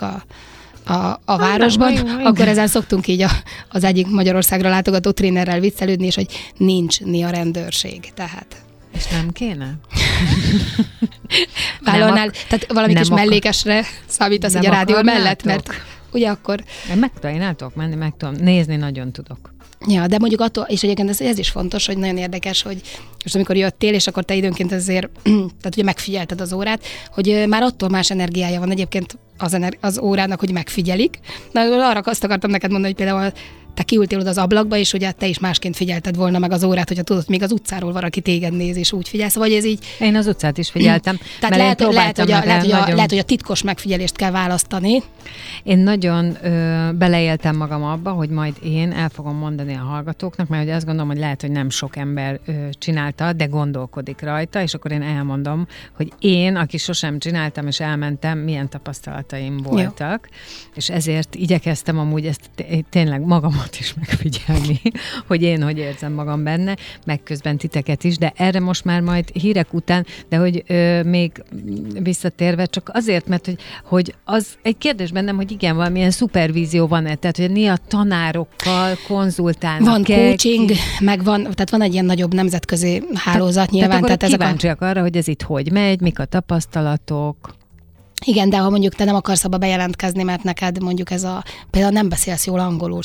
Speaker 4: a városban, akkor ezen szoktunk így az egyik Magyarországra látogató trénerrel viccelődni, és hogy nincs NIA rendőrség, tehát.
Speaker 2: És nem kéne?
Speaker 4: Vállalnál, tehát valami kis mellékesre számítasz így a rádió mellett, mert ugye akkor...
Speaker 2: Én el tudok menni, meg tudom nézni, nagyon tudok.
Speaker 4: Ja, de mondjuk attól, és egyébként ez is fontos, hogy nagyon érdekes, hogy most amikor jöttél, és akkor te időnként azért, tehát ugye megfigyelted az órát, hogy már attól más energiája van egyébként az órának, hogy megfigyelik. Na, arra azt akartam neked mondani, hogy például te kiültél oda az ablakba, és ugye te is másként figyelted volna meg az órát, hogyha tudod, még az utcáról valaki téged néz, és úgy figyelsz, vagy ez így...
Speaker 2: Én az utcát is figyeltem.
Speaker 4: Tehát lehet, hogy a titkos megfigyelést kell választani.
Speaker 2: Én nagyon beleéltem magam abba, hogy majd én el fogom mondani a hallgatóknak, mert ugye azt gondolom, hogy lehet, hogy nem sok ember csinálta, de gondolkodik rajta, és akkor én elmondom, hogy én, aki sosem csináltam, és elmentem, milyen tapasztalataim voltak, és ezért igyekeztem amúgy ezt tényleg magamat is megfigyelni, hogy én hogy érzem magam benne, meg közben titeket is, de erre most már majd hírek után, de hogy még visszatérve, csak azért, mert hogy az egy kérdés bennem, hogy igen, valamilyen szupervízió van-e, tehát hogy néha tanárokkal konzultálnak.
Speaker 4: Van coaching, meg tehát van egy ilyen nagyobb nemzetközi hálózat nyilván.
Speaker 2: Tehát kíváncsiak arra, hogy ez itt hogy megy, mik a tapasztalatok.
Speaker 4: Igen, de ha mondjuk te nem akarsz abba bejelentkezni, mert neked mondjuk például nem beszélsz jól angolul,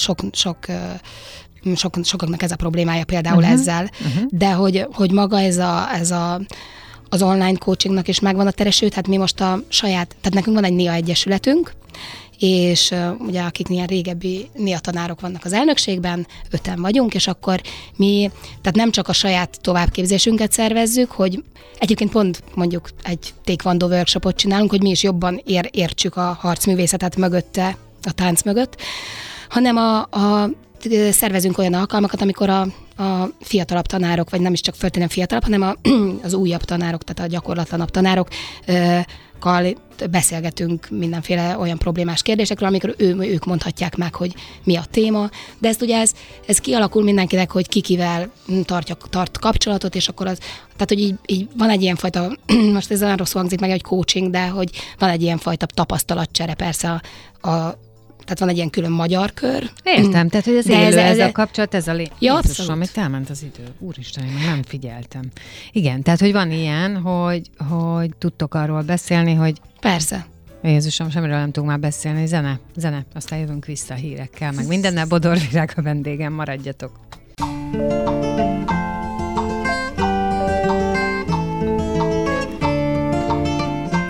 Speaker 4: sokaknak ez a problémája például ezzel, de hogy maga az online coachingnak is megvan a tere, sőt, hát mi most tehát nekünk van egy NIA egyesületünk, és ugye akik ilyen régebbi NIA tanárok vannak az elnökségben, 5-en vagyunk, és akkor mi, tehát nem csak a saját továbbképzésünket szervezzük, hogy egyébként pont mondjuk egy taekwondo workshopot csinálunk, hogy mi is jobban értsük a harcművészetet mögötte, a tánc mögött, hanem szervezünk olyan alkalmakat, amikor a fiatalabb tanárok, vagy nem is csak feltétlenül fiatalabb, hanem az újabb tanárok, tehát a gyakorlatlanabb tanárokkal beszélgetünk mindenféle olyan problémás kérdésekről, amikor ők mondhatják meg, hogy mi a téma, de ezt ugye ez kialakul mindenkinek, hogy kivel tart kapcsolatot, és akkor tehát hogy így van egy ilyenfajta, most ez olyan rosszul hangzik meg, hogy coaching, de hogy van egy ilyenfajta tapasztalatcsere, persze tehát van egy ilyen külön magyar kör.
Speaker 2: Értem, tehát hogy az élő ez a kapcsolat, ez a
Speaker 4: Jézusom,
Speaker 2: amit elment az idő. Úristen, én nem figyeltem. Igen, tehát hogy van ilyen, hogy tudtok arról beszélni, hogy...
Speaker 4: Persze.
Speaker 2: Jézusom, semmiről nem tudunk már beszélni. Zene, aztán jövünk vissza hírekkel, meg mindennel. Bodor Virág a vendégem, maradjatok.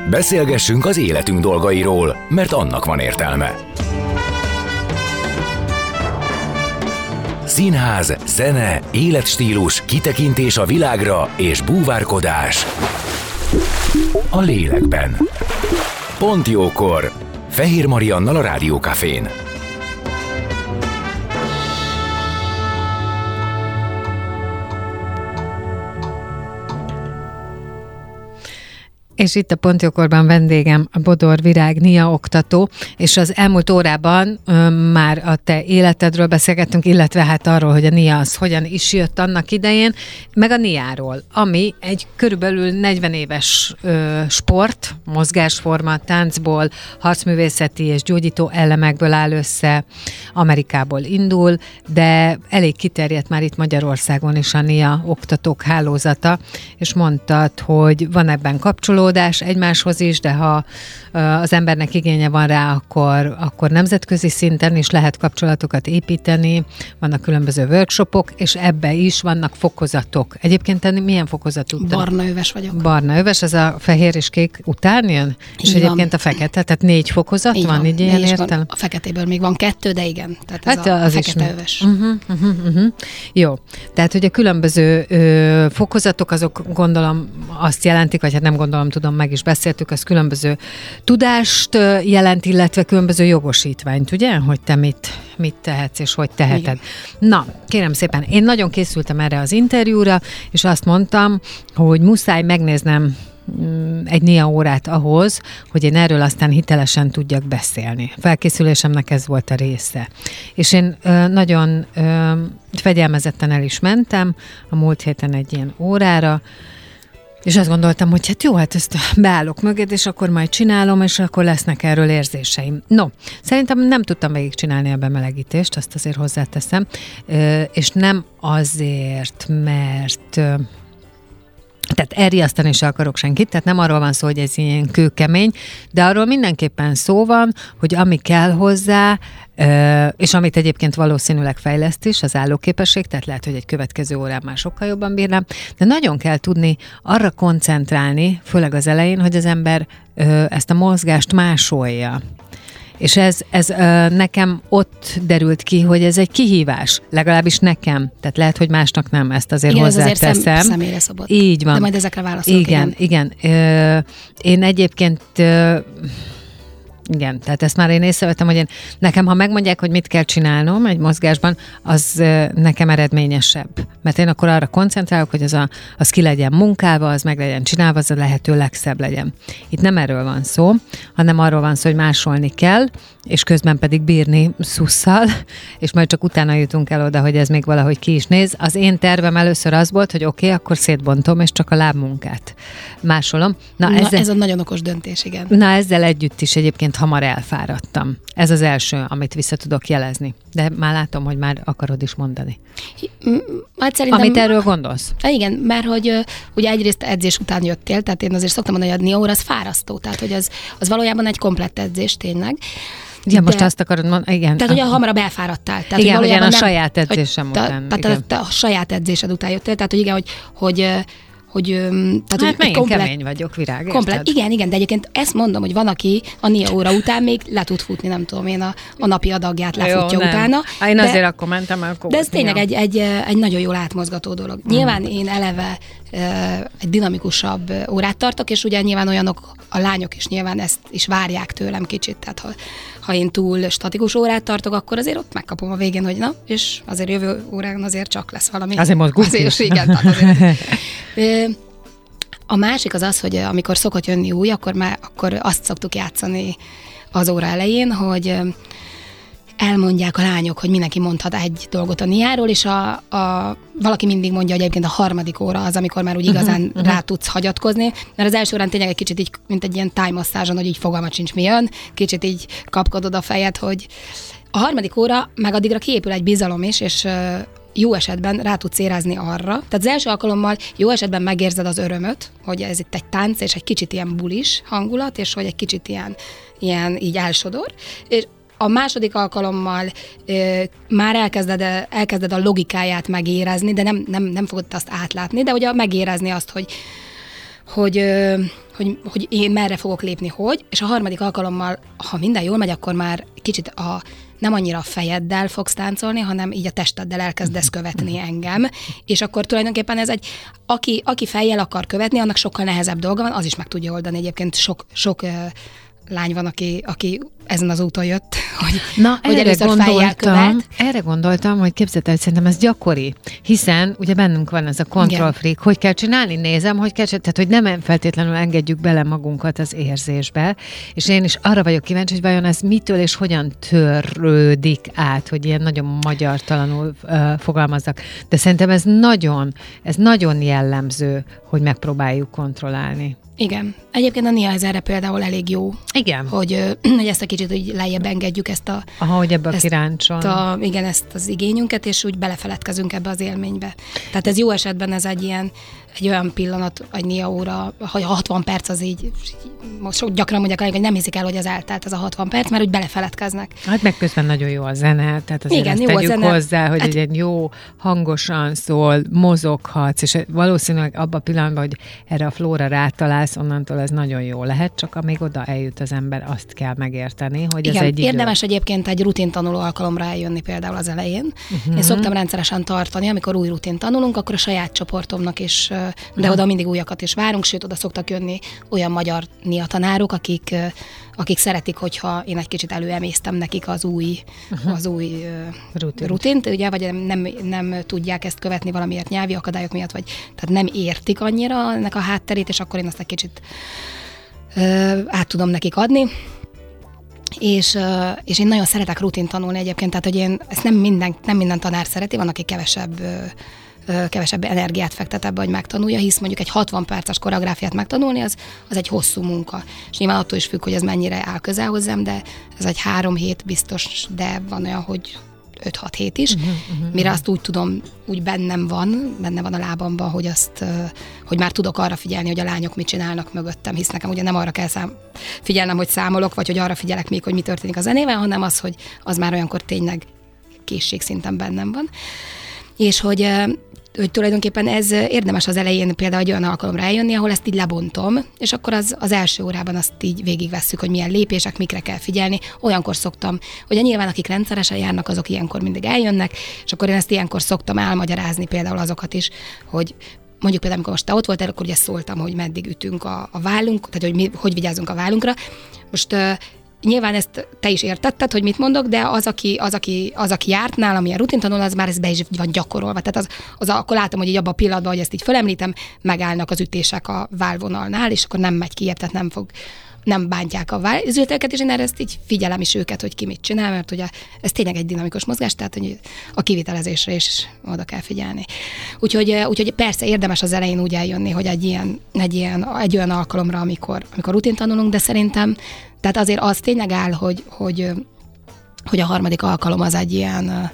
Speaker 1: Beszélgessünk az életünk dolgairól, mert annak van értelme. Színház, zene, életstílus, kitekintés a világra és búvárkodás a lélekben. Pont jókor! Fehér Mariannal a Rádió Cafén.
Speaker 2: És itt a Pont jókorban vendégem a Bodor Virág Nia oktató, és az elmúlt órában már a te életedről beszélgettünk, illetve hát arról, hogy a Nia az hogyan is jött annak idején, meg a Niáról, ami egy körülbelül 40 éves sport, mozgásforma, táncból, harcművészeti és gyógyító elemekből áll össze, Amerikából indul, de elég kiterjedt már itt Magyarországon is a Nia oktatók hálózata, és mondtad, hogy van ebben kapcsolódás egymáshoz is, de ha az embernek igénye van rá, akkor nemzetközi szinten is lehet kapcsolatokat építeni, vannak különböző workshopok, és ebbe is vannak fokozatok. Egyébként te milyen fokozatú?
Speaker 4: Barnaöves vagyok.
Speaker 2: Barnaöves, ez a fehér és kék után jön? És egyébként a fekete, tehát 4 fokozat így van, így ilyen értelem?
Speaker 4: A feketéből még van 2, de igen, tehát ez hát a feketeöves.
Speaker 2: Jó, tehát hogy a különböző fokozatok, azok gondolom azt jelentik, vagy hát nem gondolom, tudom, meg is beszéltük, az különböző tudást jelent, illetve különböző jogosítványt, ugye? Hogy te mit tehetsz, és hogy teheted. Igen. Na, kérem szépen, én nagyon készültem erre az interjúra, és azt mondtam, hogy muszáj megnéznem egy Nia órát ahhoz, hogy én erről aztán hitelesen tudjak beszélni. Felkészülésemnek ez volt a része. És én nagyon fegyelmezetten el is mentem a múlt héten egy ilyen órára, és azt gondoltam, hogy hát jó, hát ezt beállok mögéd, és akkor majd csinálom, és akkor lesznek erről érzéseim. No, szerintem nem tudtam végigcsinálni a bemelegítést, azt azért hozzáteszem, és nem azért, mert tehát elriasztani se akarok senkit, tehát nem arról van szó, hogy ez ilyen kőkemény, de arról mindenképpen szó van, hogy ami kell hozzá, és amit egyébként valószínűleg fejleszt is, az állóképesség, tehát lehet, hogy egy következő órán már sokkal jobban bírnám, de nagyon kell tudni arra koncentrálni, főleg az elején, hogy az ember ezt a mozgást másolja. És ez nekem ott derült ki, hogy ez egy kihívás, legalábbis nekem. Tehát lehet, hogy másnak nem, ezt azért
Speaker 4: igen,
Speaker 2: hozzáteszem.
Speaker 4: Igen, ez azért személyre szabott.
Speaker 2: Így van.
Speaker 4: De majd ezekre válaszolok.
Speaker 2: Igen. Én egyébként... Igen, tehát ezt már én észrevettem, hogy nekem, ha megmondják, hogy mit kell csinálnom egy mozgásban, az nekem eredményesebb. Mert én akkor arra koncentrálok, hogy az ki legyen munkálva, az meg legyen csinálva, az a lehető legszebb legyen. Itt nem erről van szó, hanem arról van szó, hogy másolni kell, és közben pedig bírni szusszal, és majd csak utána jutunk el oda, hogy ez még valahogy ki is néz. Az én tervem először az volt, hogy oké, akkor szétbontom, és csak a lábmunkát másolom.
Speaker 4: Ez a nagyon okos döntés, igen.
Speaker 2: Na, ezzel együtt is egyébként hamar elfáradtam. Ez az első, amit vissza tudok jelezni. De már látom, hogy már akarod is mondani.
Speaker 4: Hát szerintem...
Speaker 2: Amit erről gondolsz?
Speaker 4: Igen, mert hogy ugye egyrészt edzés után jöttél, tehát én azért szoktam mondani, hogy a Nia óra az fárasztó, tehát hogy az valójában egy komplett edzés tényleg.
Speaker 2: Igen, most azt akarod mondani, igen.
Speaker 4: Tehát ugye hamarabb elfáradtál. Tehát,
Speaker 2: igen, hogy a saját edzésem után.
Speaker 4: Tehát a saját edzésed után jöttél, tehát hogy igen, tehát,
Speaker 2: hát hogy kemény vagyok, Virág,
Speaker 4: komplet, igen, de egyébként ezt mondom, hogy van, aki a Nia óra után még le tud futni, nem tudom én, a napi adagját lefutja utána.
Speaker 2: Én azért akkor mentem, akkor...
Speaker 4: De ez tényleg egy nagyon jól átmozgató dolog. Nyilván én eleve egy dinamikusabb órát tartok, és ugye nyilván olyanok, a lányok is nyilván ezt is várják tőlem kicsit, tehát ha én túl statikus órát tartok, akkor azért ott megkapom a végén, hogy na, és azért jövő órán azért csak lesz valami.
Speaker 2: Azért mozgunk is.
Speaker 4: Igen, tehát azért. A másik az, hogy amikor szokott jönni új, akkor azt szoktuk játszani az óra elején, hogy elmondják a lányok, hogy mindenki mondhat egy dolgot a Niáról, és valaki mindig mondja, hogy egyébként a harmadik óra az, amikor már úgy igazán rá tudsz hagyatkozni, mert az első órán tényleg egy kicsit így, mint egy ilyen tájmasszázson, hogy így fogalmat sincs mi jön, kicsit így kapkodod a fejed, hogy a harmadik óra meg addigra kiépül egy bizalom is, és jó esetben rá tudsz érezni arra. Tehát az első alkalommal jó esetben megérzed az örömöt, hogy ez itt egy tánc, és egy kicsit ilyen bulis hangulat, és hogy egy kicsit ilyen így elsodor. És a második alkalommal már elkezded a logikáját megérezni, de nem fogod azt átlátni, de ugye megérezni azt, hogy én merre fogok lépni, és a harmadik alkalommal, ha minden jól megy, akkor már kicsit nem annyira a fejeddel fogsz táncolni, hanem így a testeddel elkezdesz követni engem, és akkor tulajdonképpen ez aki fejjel akar követni, annak sokkal nehezebb dolga van, az is meg tudja oldani. Egyébként sok lány van, aki ezen az úton jött, hogy először fejjel követ.
Speaker 2: Erre gondoltam, hogy képzeld el, hogy szerintem ez gyakori, hiszen ugye bennünk van ez a control freak, hogy kell csinálni, nézem, hogy kell csinálni, tehát hogy nem feltétlenül engedjük bele magunkat az érzésbe, és én is arra vagyok kíváncsi, hogy vajon ez mitől és hogyan törődik át, hogy ilyen nagyon magyartalanul fogalmazzak. De szerintem ez nagyon jellemző, hogy megpróbáljuk kontrollálni.
Speaker 4: Igen. Egyébként a Nia ez erre például elég jó.
Speaker 2: Igen.
Speaker 4: Hogy ezt a kicsit úgy lejjebb engedjük ezt a...
Speaker 2: hogy ebbe a kiráncson.
Speaker 4: Igen, ezt az igényünket, és úgy belefeledkezünk ebbe az élménybe. Tehát ez jó esetben ez egy olyan pillanat, egy Nia óra, hogy 60 perc az így, most gyakran mondják, hogy nem hiszik el, hogy az eltelt ez a 60 perc, mert úgy belefeledkeznek.
Speaker 2: Hát meg közben nagyon jó a zene, tehát azért
Speaker 4: igen,
Speaker 2: ezt tegyük hozzá, hogy egy jó, hangosan szól, mozoghatsz, és valószínűleg abban a pillanatban, hogy erre a flóra rátalálsz, onnantól ez nagyon jó lehet, csak amíg oda eljut az ember, azt kell megérteni, hogy
Speaker 4: igen,
Speaker 2: ez egy
Speaker 4: érdemes egyébként egy rutintanuló alkalomra eljönni például az elején. Én szoktam rendszeresen tartani, amikor új rutin tanulunk, akkor a saját csoportomnak is, de oda mindig újakat is várunk, sőt, oda szoktak jönni olyan magyar Nia tanárok, akik szeretik, hogyha én egy kicsit előemésztem nekik az új rutint, ugye, vagy nem tudják ezt követni valamiért nyelvi akadályok miatt, vagy tehát nem értik annyira ennek a hátterét, és akkor én azt egy kicsit át tudom nekik adni. És én nagyon szeretek rutint tanulni egyébként, tehát hogy ezt nem minden tanár szereti, van, aki kevesebb energiát fektet ebbe, hogy megtanulja, hisz mondjuk egy 60 perces koreográfiát megtanulni, az egy hosszú munka. És nyilván attól is függ, hogy ez mennyire áll közel hozzám, de ez egy 3 hét biztos, de van olyan, hogy 5-6 hét is, mire azt úgy tudom, úgy benne van a lábamban, hogy már tudok arra figyelni, hogy a lányok mit csinálnak mögöttem, hisz nekem ugye nem arra kell figyelnem, hogy számolok, vagy hogy arra figyelek még, hogy mi történik a zenével, hanem az, hogy az már olyankor tényleg készségszinten bennem van. És hogy tulajdonképpen ez érdemes az elején például egy olyan alkalomra eljönni, ahol ezt így lebontom, és akkor az első órában azt így végigvesszük, hogy milyen lépések, mikre kell figyelni. Olyankor szoktam, ugye nyilván akik rendszeresen járnak, azok ilyenkor mindig eljönnek, és akkor én ezt ilyenkor szoktam elmagyarázni például azokat is, hogy mondjuk például, amikor most te ott voltál, akkor ugye szóltam, hogy meddig ütünk a vállunk, tehát hogy vigyázzunk a vállunkra. Most nyilván ezt te is értetted, hogy mit mondok, de az, aki járt nálam, ilyen rutintanul, az már ez be is van gyakorolva. Tehát akkor látom, hogy így abban a pillanatban, hogy ezt így felemlítem, megállnak az ütések a válvonalnál, és akkor nem megy kijebb, tehát nem bántják a válüzeteket, és én erre ezt így figyelem is őket, hogy ki mit csinál, mert ugye ez tényleg egy dinamikus mozgás, tehát hogy a kivitelezésre is oda kell figyelni. Úgyhogy persze érdemes az elején úgy eljönni, hogy egy olyan alkalomra, amikor rutin tanulunk, de szerintem tehát azért az tényleg áll, hogy a harmadik alkalom az egy ilyen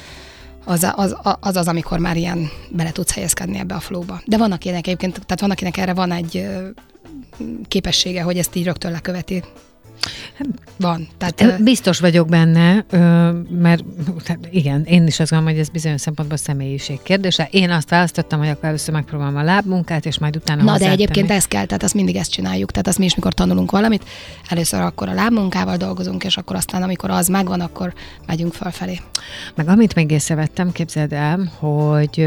Speaker 4: az, amikor már ilyen bele tudsz helyezkedni ebbe a flowba. De vannak ilyenek egyébként, tehát van, akinek erre van egy képessége, hogy ezt így rögtön leköveti. Van. Tehát,
Speaker 2: biztos vagyok benne, mert igen, én is azt gondolom, hogy ez bizonyos szempontból személyiség kérdése. Én azt választottam, hogy akkor először megpróbálom a lábmunkát, és majd utána
Speaker 4: na, de egyébként ez kell, tehát azt mindig ezt csináljuk. Tehát azt mi is, mikor tanulunk valamit, először akkor a lábmunkával dolgozunk, és akkor aztán, amikor az megvan, akkor megyünk felfelé.
Speaker 2: Meg amit még észrevettem, képzeld el, hogy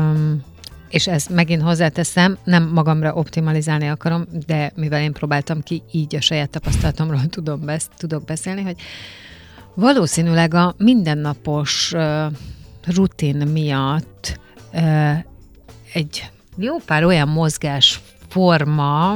Speaker 2: és ezt megint hozzáteszem, nem magamra optimalizálni akarom, de mivel én próbáltam ki, így a saját tapasztalatomról tudok beszélni, hogy valószínűleg a mindennapos rutin miatt egy jó pár olyan mozgásforma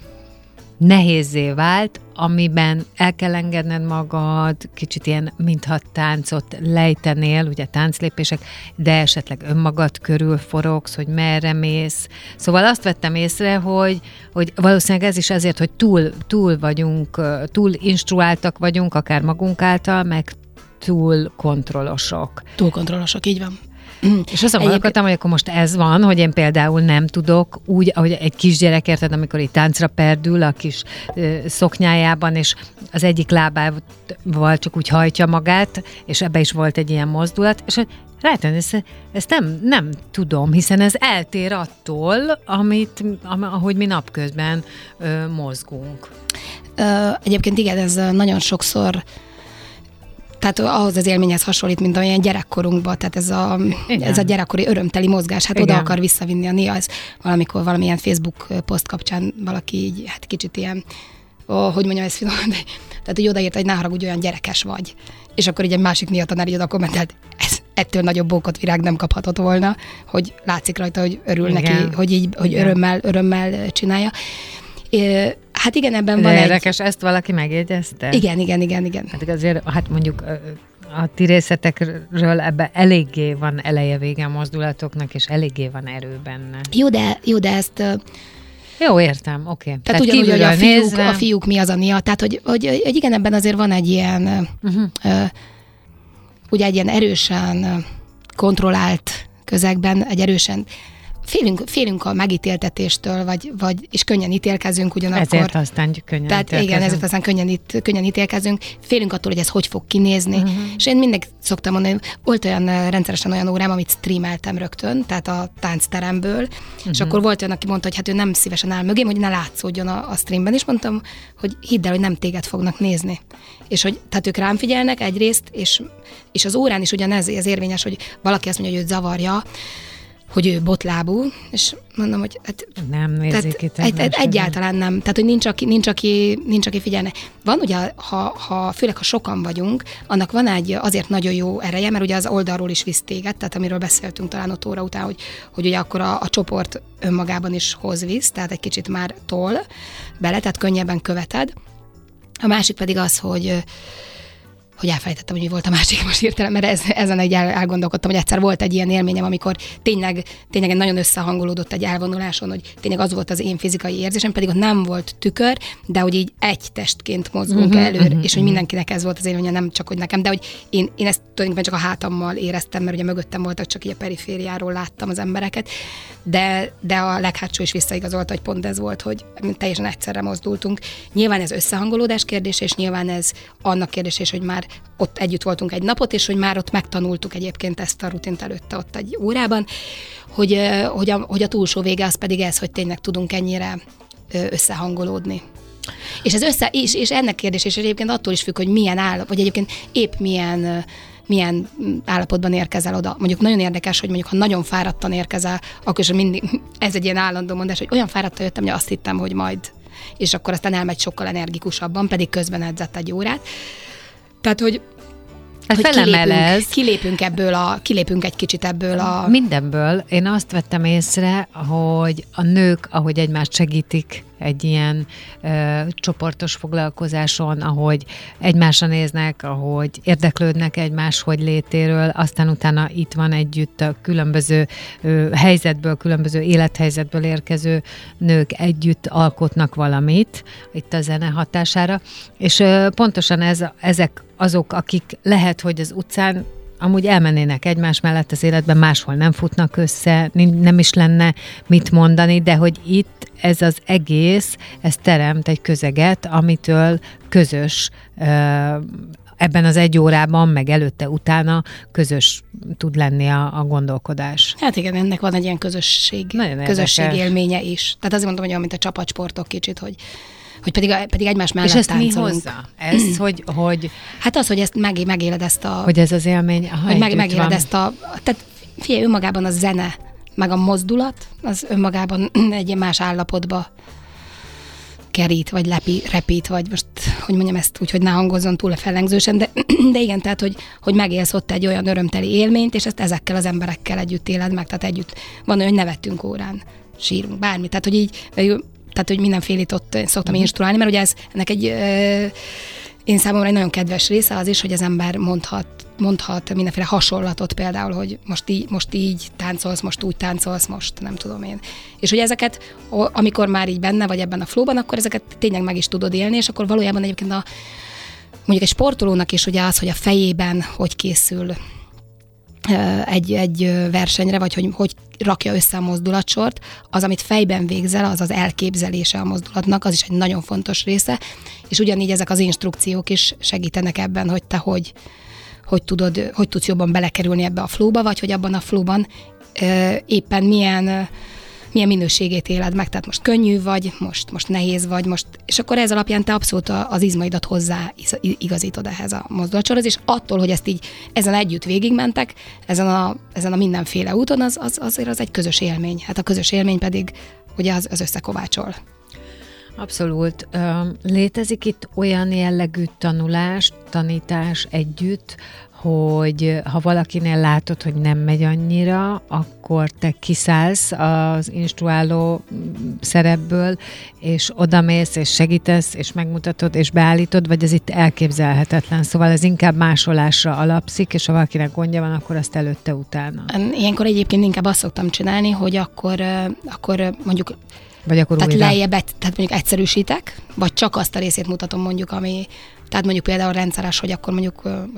Speaker 2: nehézzé vált, amiben el kell engedned magad, kicsit ilyen, mintha táncot lejtenél, ugye tánclépések, de esetleg önmagad körül forogsz, hogy merre mész. Szóval azt vettem észre, hogy valószínűleg ez is azért, hogy túl vagyunk, túl instruáltak vagyunk, akár magunk által, meg túl kontrollosok.
Speaker 4: Túl kontrollosok, így van.
Speaker 2: És azon gondolkodtam, hogy akkor most ez van, hogy én például nem tudok úgy, ahogy egy kisgyerek, érted, amikor itt táncra perdül a kis szoknyájában, és az egyik lábával csak úgy hajtja magát, és ebbe is volt egy ilyen mozdulat, és rájön, ezt nem tudom, hiszen ez eltér attól, ahogy mi napközben mozgunk.
Speaker 4: Egyébként igen, ez nagyon sokszor, tehát ahhoz az élményhez hasonlít, mint olyan gyerekkorunkban, tehát ez a gyerekkori örömteli mozgás, hát oda akar visszavinni a Nia, ez valamikor valamilyen Facebook poszt kapcsán valaki így, hát kicsit ilyen, hogy mondjam ezt finom, tehát úgy odaírt, hogy ne haragudj, olyan gyerekes vagy. És akkor így egy másik Nia tanár így oda kommentelt, ettől nagyobb bókot Virág nem kaphatott volna, hogy látszik rajta, hogy örül neki, hogy örömmel csinálja. Hát igen, ebben van
Speaker 2: érdekes, ezt valaki megjegyezte?
Speaker 4: Igen.
Speaker 2: Hát azért, hát mondjuk a ti részletekről ebben eléggé van eleje-vége a mozdulatoknak, és eléggé van erő benne.
Speaker 4: Jó, de ezt...
Speaker 2: Jó, értem, oké.
Speaker 4: Tehát ugyanúgy, hogy a fiúk mi az a Nia, tehát hogy igen, ebben azért van egy ilyen, ugye egy ilyen erősen kontrollált közegben, egy erősen félünk a megítéltetéstől, és könnyen ítélkezünk ugyanakkor.
Speaker 2: Ezért aztán könnyen ítélkezünk.
Speaker 4: Igen, ezért aztán könnyen ítélkezünk. Félünk attól, hogy ez hogy fog kinézni. És én mindig szoktam mondani, volt rendszeresen olyan órám, amit streameltem rögtön, tehát a táncteremből, és akkor volt olyan, aki mondta, hogy hát ő nem szívesen áll mögém, hogy ne látszódjon a streamben, és mondtam, hogy hidd el, hogy nem téged fognak nézni. És hogy tehát ők rám figyelnek egyrészt, és az órán is ugyanez érvényes, hogy valaki azt mondja, hogy őt zavarja, hogy ő botlábú, és mondom, hogy
Speaker 2: nem nézik itt.
Speaker 4: Egyáltalán nem. Tehát, hogy nincs, aki figyelne. Van ugye, főleg ha sokan vagyunk, annak van egy azért nagyon jó ereje, mert ugye az oldalról is visz téged, tehát amiről beszéltünk talán ott óra után, hogy ugye akkor a csoport önmagában is visz, tehát egy kicsit már tol bele, tehát könnyebben követed. A másik pedig az, hogy elfelejtettem, hogy mi volt a másik most hirtelen, mert ezen egy elgondolkodtam, hogy egyszer volt egy ilyen élményem, amikor tényleg nagyon összehangolódott egy elvonuláson, hogy tényleg az volt az én fizikai érzésem, pedig ott nem volt tükör, de hogy így egy testként mozgunk előre, és hogy mindenkinek ez volt az élménye, nem csak hogy nekem, de hogy én ezt tulajdonképpen csak a hátammal éreztem, mert ugye mögöttem voltak, csak így a perifériáról láttam az embereket, de a leghátsó is visszaigazolta, hogy pont ez volt, hogy teljesen egyszerre mozdultunk. Nyilván ez összehangolódás kérdése, és nyilván ez annak kérdése is, hogy már ott együtt voltunk egy napot, és hogy már ott megtanultuk egyébként ezt a rutint előtte ott egy órában, hogy a túlsó vége az pedig ez, hogy tényleg tudunk ennyire összehangolódni. És ez és ennek kérdés, és egyébként attól is függ, hogy milyen vagy egyébként épp milyen állapotban érkezel oda. Mondjuk nagyon érdekes, hogy mondjuk ha nagyon fáradtan érkezel, akkor is mindig, ez egy ilyen állandó mondás, hogy olyan fáradtan jöttem, hogy azt hittem, hogy majd, és akkor aztán elmegy sokkal energikusabban, pedig közben edzett egy órát. Tehát, hogy kilépünk egy kicsit ebből a...
Speaker 2: Mindenből. Én azt vettem észre, hogy a nők, ahogy egymást segítik egy ilyen csoportos foglalkozáson, ahogy egymásra néznek, ahogy érdeklődnek egymás hogy létéről, aztán utána itt van együtt a különböző helyzetből, különböző élethelyzetből érkező nők együtt alkotnak valamit, itt a zene hatására, és pontosan ezek azok, akik lehet, hogy az utcán amúgy elmennének egymás mellett az életben, máshol nem futnak össze, nem is lenne mit mondani, de hogy itt ez az egész, ez teremt egy közeget, amitől közös ebben az egy órában, meg előtte, utána közös tud lenni a gondolkodás.
Speaker 4: Hát igen, ennek van egy ilyen közösség élménye is. Tehát azért mondom, hogy olyan, mint a csapatsportok kicsit, hogy pedig egymás mellett táncolunk. És ezt mi hozza?
Speaker 2: Ez, hogy...
Speaker 4: Hát az, hogy ezt megéled ezt a...
Speaker 2: Hogy ez az élmény,
Speaker 4: hogy megéled ezt a... Tehát figyelj, önmagában a zene, meg a mozdulat, az önmagában egy más állapotba kerít, vagy repít, vagy most, hogy mondjam ezt úgy, hogy ne hangozzon túl a fellengzősen, de igen, tehát, hogy megélsz ott egy olyan örömteli élményt, és ezt ezekkel az emberekkel együtt éled meg, tehát együtt van, hogy nevettünk órán, sírunk, bármi, tehát, hogy így... Tehát, hogy mindenfélét ott szoktam instruálni, mert ugye ennek egy, én számomra egy nagyon kedves része az is, hogy az ember mondhat mindenféle hasonlatot például, hogy most így táncolsz, most úgy táncolsz, most nem tudom én. És hogy ezeket, amikor már így benne vagy ebben a flowban, akkor ezeket tényleg meg is tudod élni, és akkor valójában egyébként mondjuk egy sportolónak is ugye az, hogy a fejében hogy készül egy versenyre, vagy hogy rakja össze a mozdulatsort, az, amit fejben végzel, az az elképzelése a mozdulatnak, az is egy nagyon fontos része, és ugyanígy ezek az instrukciók is segítenek ebben, hogy te hogy tudsz jobban belekerülni ebbe a flowba, vagy hogy abban a flowban éppen milyen minőségét éled meg, tehát most könnyű vagy, most nehéz vagy, és akkor ez alapján te abszolút az izmaidat hozzá igazítod ehhez a mozdulatsorhoz, és attól, hogy ezt így ezen együtt végigmentek, ezen a mindenféle úton, azért az egy közös élmény. Hát a közös élmény pedig ugye az összekovácsol.
Speaker 2: Abszolút. Létezik itt olyan jellegű tanítás együtt, hogy ha valakinél látod, hogy nem megy annyira, akkor te kiszállsz az instruáló szerepből, és odamész, és segítesz, és megmutatod, és beállítod, vagy ez itt elképzelhetetlen. Szóval ez inkább másolásra alapszik, és ha valakinek gondja van, akkor azt előtte-utána.
Speaker 4: Ilyenkor egyébként inkább azt szoktam csinálni, hogy akkor mondjuk
Speaker 2: vagy akkor
Speaker 4: tehát
Speaker 2: újra.
Speaker 4: tehát mondjuk egyszerűsítek, vagy csak azt a részét mutatom mondjuk, tehát mondjuk például rendszeres, hogy akkor mondjuk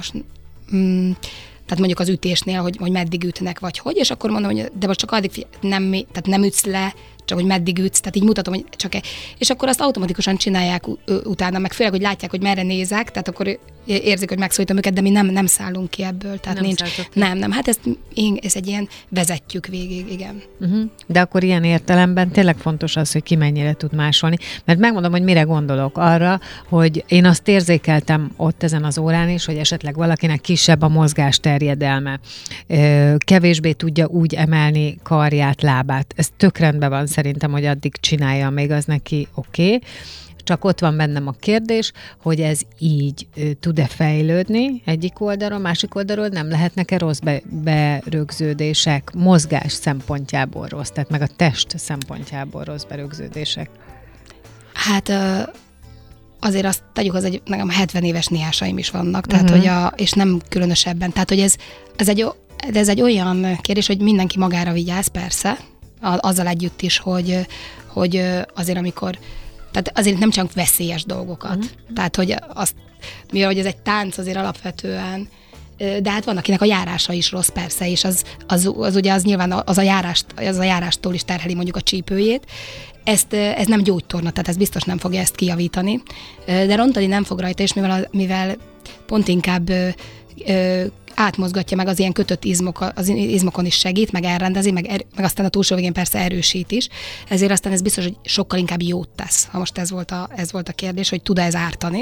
Speaker 4: tehát mondjuk az ütésnél, hogy meddig ütnek, vagy hogy, és akkor mondom, hogy de most csak addig nem ütsz le, csak hogy meddig ütsz, tehát így mutatom, hogy és akkor azt automatikusan csinálják utána, meg főleg, hogy látják, hogy merre nézek, tehát akkor érzik, hogy megszólítom őket, de mi nem szállunk ki ebből, tehát nem, hát ez egy ilyen vezetjük végig, igen.
Speaker 2: De akkor ilyen értelemben tényleg fontos az, hogy ki mennyire tud másolni, mert megmondom, hogy mire gondolok arra, hogy én azt érzékeltem ott ezen az órán is, hogy esetleg valakinek kisebb a mozgás terjedelme, kevésbé tudja úgy emelni karját, lábát. Ez tök rendben van szerintem, hogy addig csinálja, még az neki oké. Csak ott van bennem a kérdés, hogy ez így tud-e fejlődni egyik oldalról, másik oldalról nem lehetnek-e rossz berögződések, mozgás szempontjából rossz, tehát meg a test szempontjából rossz berögződések?
Speaker 4: Hát azért azt tegyük, nekem 70 éves néhásaim is vannak, tehát hogy és nem különösebben, tehát hogy ez egy olyan kérdés, hogy mindenki magára vigyáz, persze, azzal együtt is, hogy azért amikor tehát azért nem csak veszélyes dolgokat. Tehát, hogy mivel hogy ez egy tánc azért alapvetően, de hát van, akinek a járása is rossz, persze, és az ugye az nyilván az a járástól is terheli mondjuk a csípőjét. Ez nem gyógytorna, tehát ez biztos nem fogja ezt kijavítani. De rontani nem fog rajta, és mivel pont inkább átmozgatja meg az ilyen kötött az izmokon is segít, meg elrendezi, meg aztán a túlsó végén persze erősít is. Ezért aztán ez biztos, hogy sokkal inkább jót tesz. Ha most ez volt a kérdés, hogy tud-e ez ártani.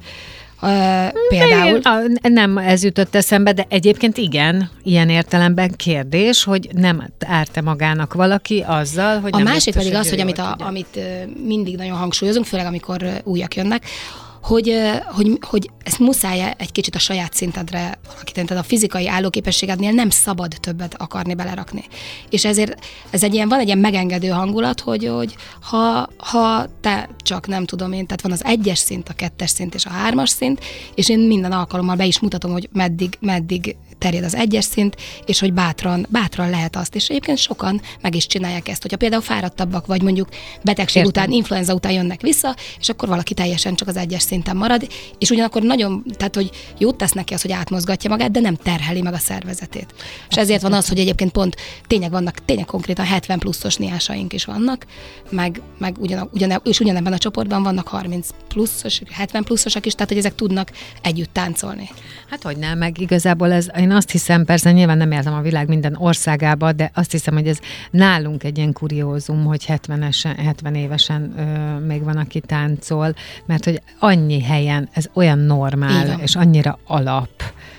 Speaker 4: Például.
Speaker 2: Nem ez jutott eszembe, de egyébként igen, ilyen értelemben kérdés, hogy nem árt-e magának valaki azzal, hogy
Speaker 4: a
Speaker 2: nem
Speaker 4: másik pedig az, hogy amit mindig nagyon hangsúlyozunk, főleg amikor újak jönnek, hogy ezt muszáj egy kicsit a saját szintedre alakítani, tehát a fizikai állóképességednél nem szabad többet akarni belerakni. És ezért van egy ilyen megengedő hangulat, hogy ha te csak nem tudom én, tehát van az 1-es szint, a 2-es szint és a 3-as szint, és én minden alkalommal be is mutatom, hogy meddig terjed az 1-es szint, és hogy bátran lehet azt. És egyébként sokan meg is csinálják ezt, hogyha például fáradtabbak, vagy mondjuk betegség után, influenza után jönnek vissza, és akkor valaki teljesen csak az 1-es szinten marad, és ugyanakkor nagyon, tehát hogy jót tesz neki az, hogy átmozgatja magát, de nem terheli meg a szervezetét. És ezért van az, hogy egyébként pont tényleg konkrétan 70 pluszos néhásaink is vannak, meg ugyanebben a csoportban vannak 30 pluszos, 70 pluszosak is, tehát hogy ezek tudnak együtt táncolni.
Speaker 2: Hát hogy nem, meg igazából én azt hiszem, persze nyilván nem éltem a világ minden országába, de azt hiszem, hogy ez nálunk egy ilyen kuriózum, hogy 70 évesen még van, aki táncol, mert hogy annyi helyen ez olyan normál, és annyira alap,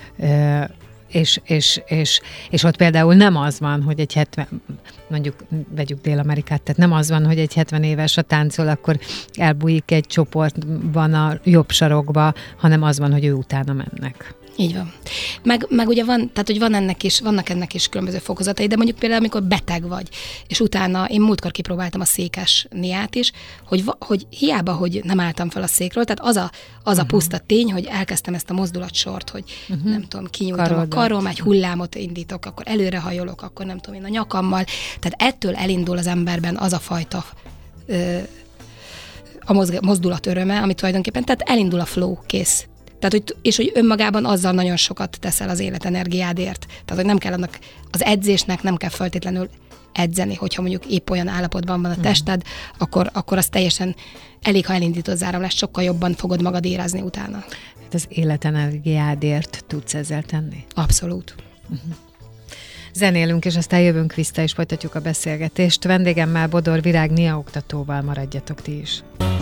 Speaker 2: és ott például nem az van, hogy egy 70, mondjuk vegyük Dél-Amerikát, tehát nem az van, hogy egy 70 éves a táncol, akkor elbújik egy csoportban a jobb sarokba, hanem az van, hogy ő utána mennek.
Speaker 4: Így van. Meg ugye tehát hogy vannak ennek is különböző fokozatai, de mondjuk például, amikor beteg vagy, és utána én múltkor kipróbáltam a székes niát is, hogy hiába, hogy nem álltam fel a székről, tehát az a puszta tény, hogy elkezdtem ezt a mozdulatsort, hogy nem tudom, kinyújtom a karom, egy hullámot indítok, akkor előrehajolok, akkor nem tudom én a nyakammal, tehát ettől elindul az emberben az a fajta a mozdulat öröme, ami tulajdonképpen, tehát elindul a flow, kész. és hogy önmagában azzal nagyon sokat teszel az életenergiádért. Tehát, hogy nem kell annak az edzésnek, nem kell feltétlenül edzeni, hogyha mondjuk épp olyan állapotban van a tested, akkor az teljesen elég, ha elindítod záramlást, sokkal jobban fogod magad érezni utána.
Speaker 2: Hát az életenergiádért tudsz ezzel tenni?
Speaker 4: Abszolút.
Speaker 2: Zenélünk, és aztán jövünk vissza, és folytatjuk a beszélgetést. Vendégemmel, Bodor Virág Nia oktatóval, maradjatok ti is.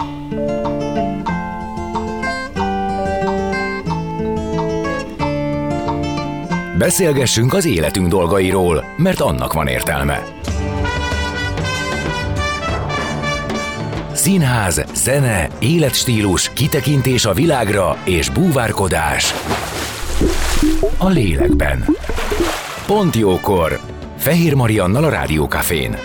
Speaker 1: Beszélgessünk az életünk dolgairól, mert annak van értelme. Színház, zene, életstílus, kitekintés a világra és búvárkodás a lélekben. Pont jókor! Fehér Mariannal a Rádió Cafén.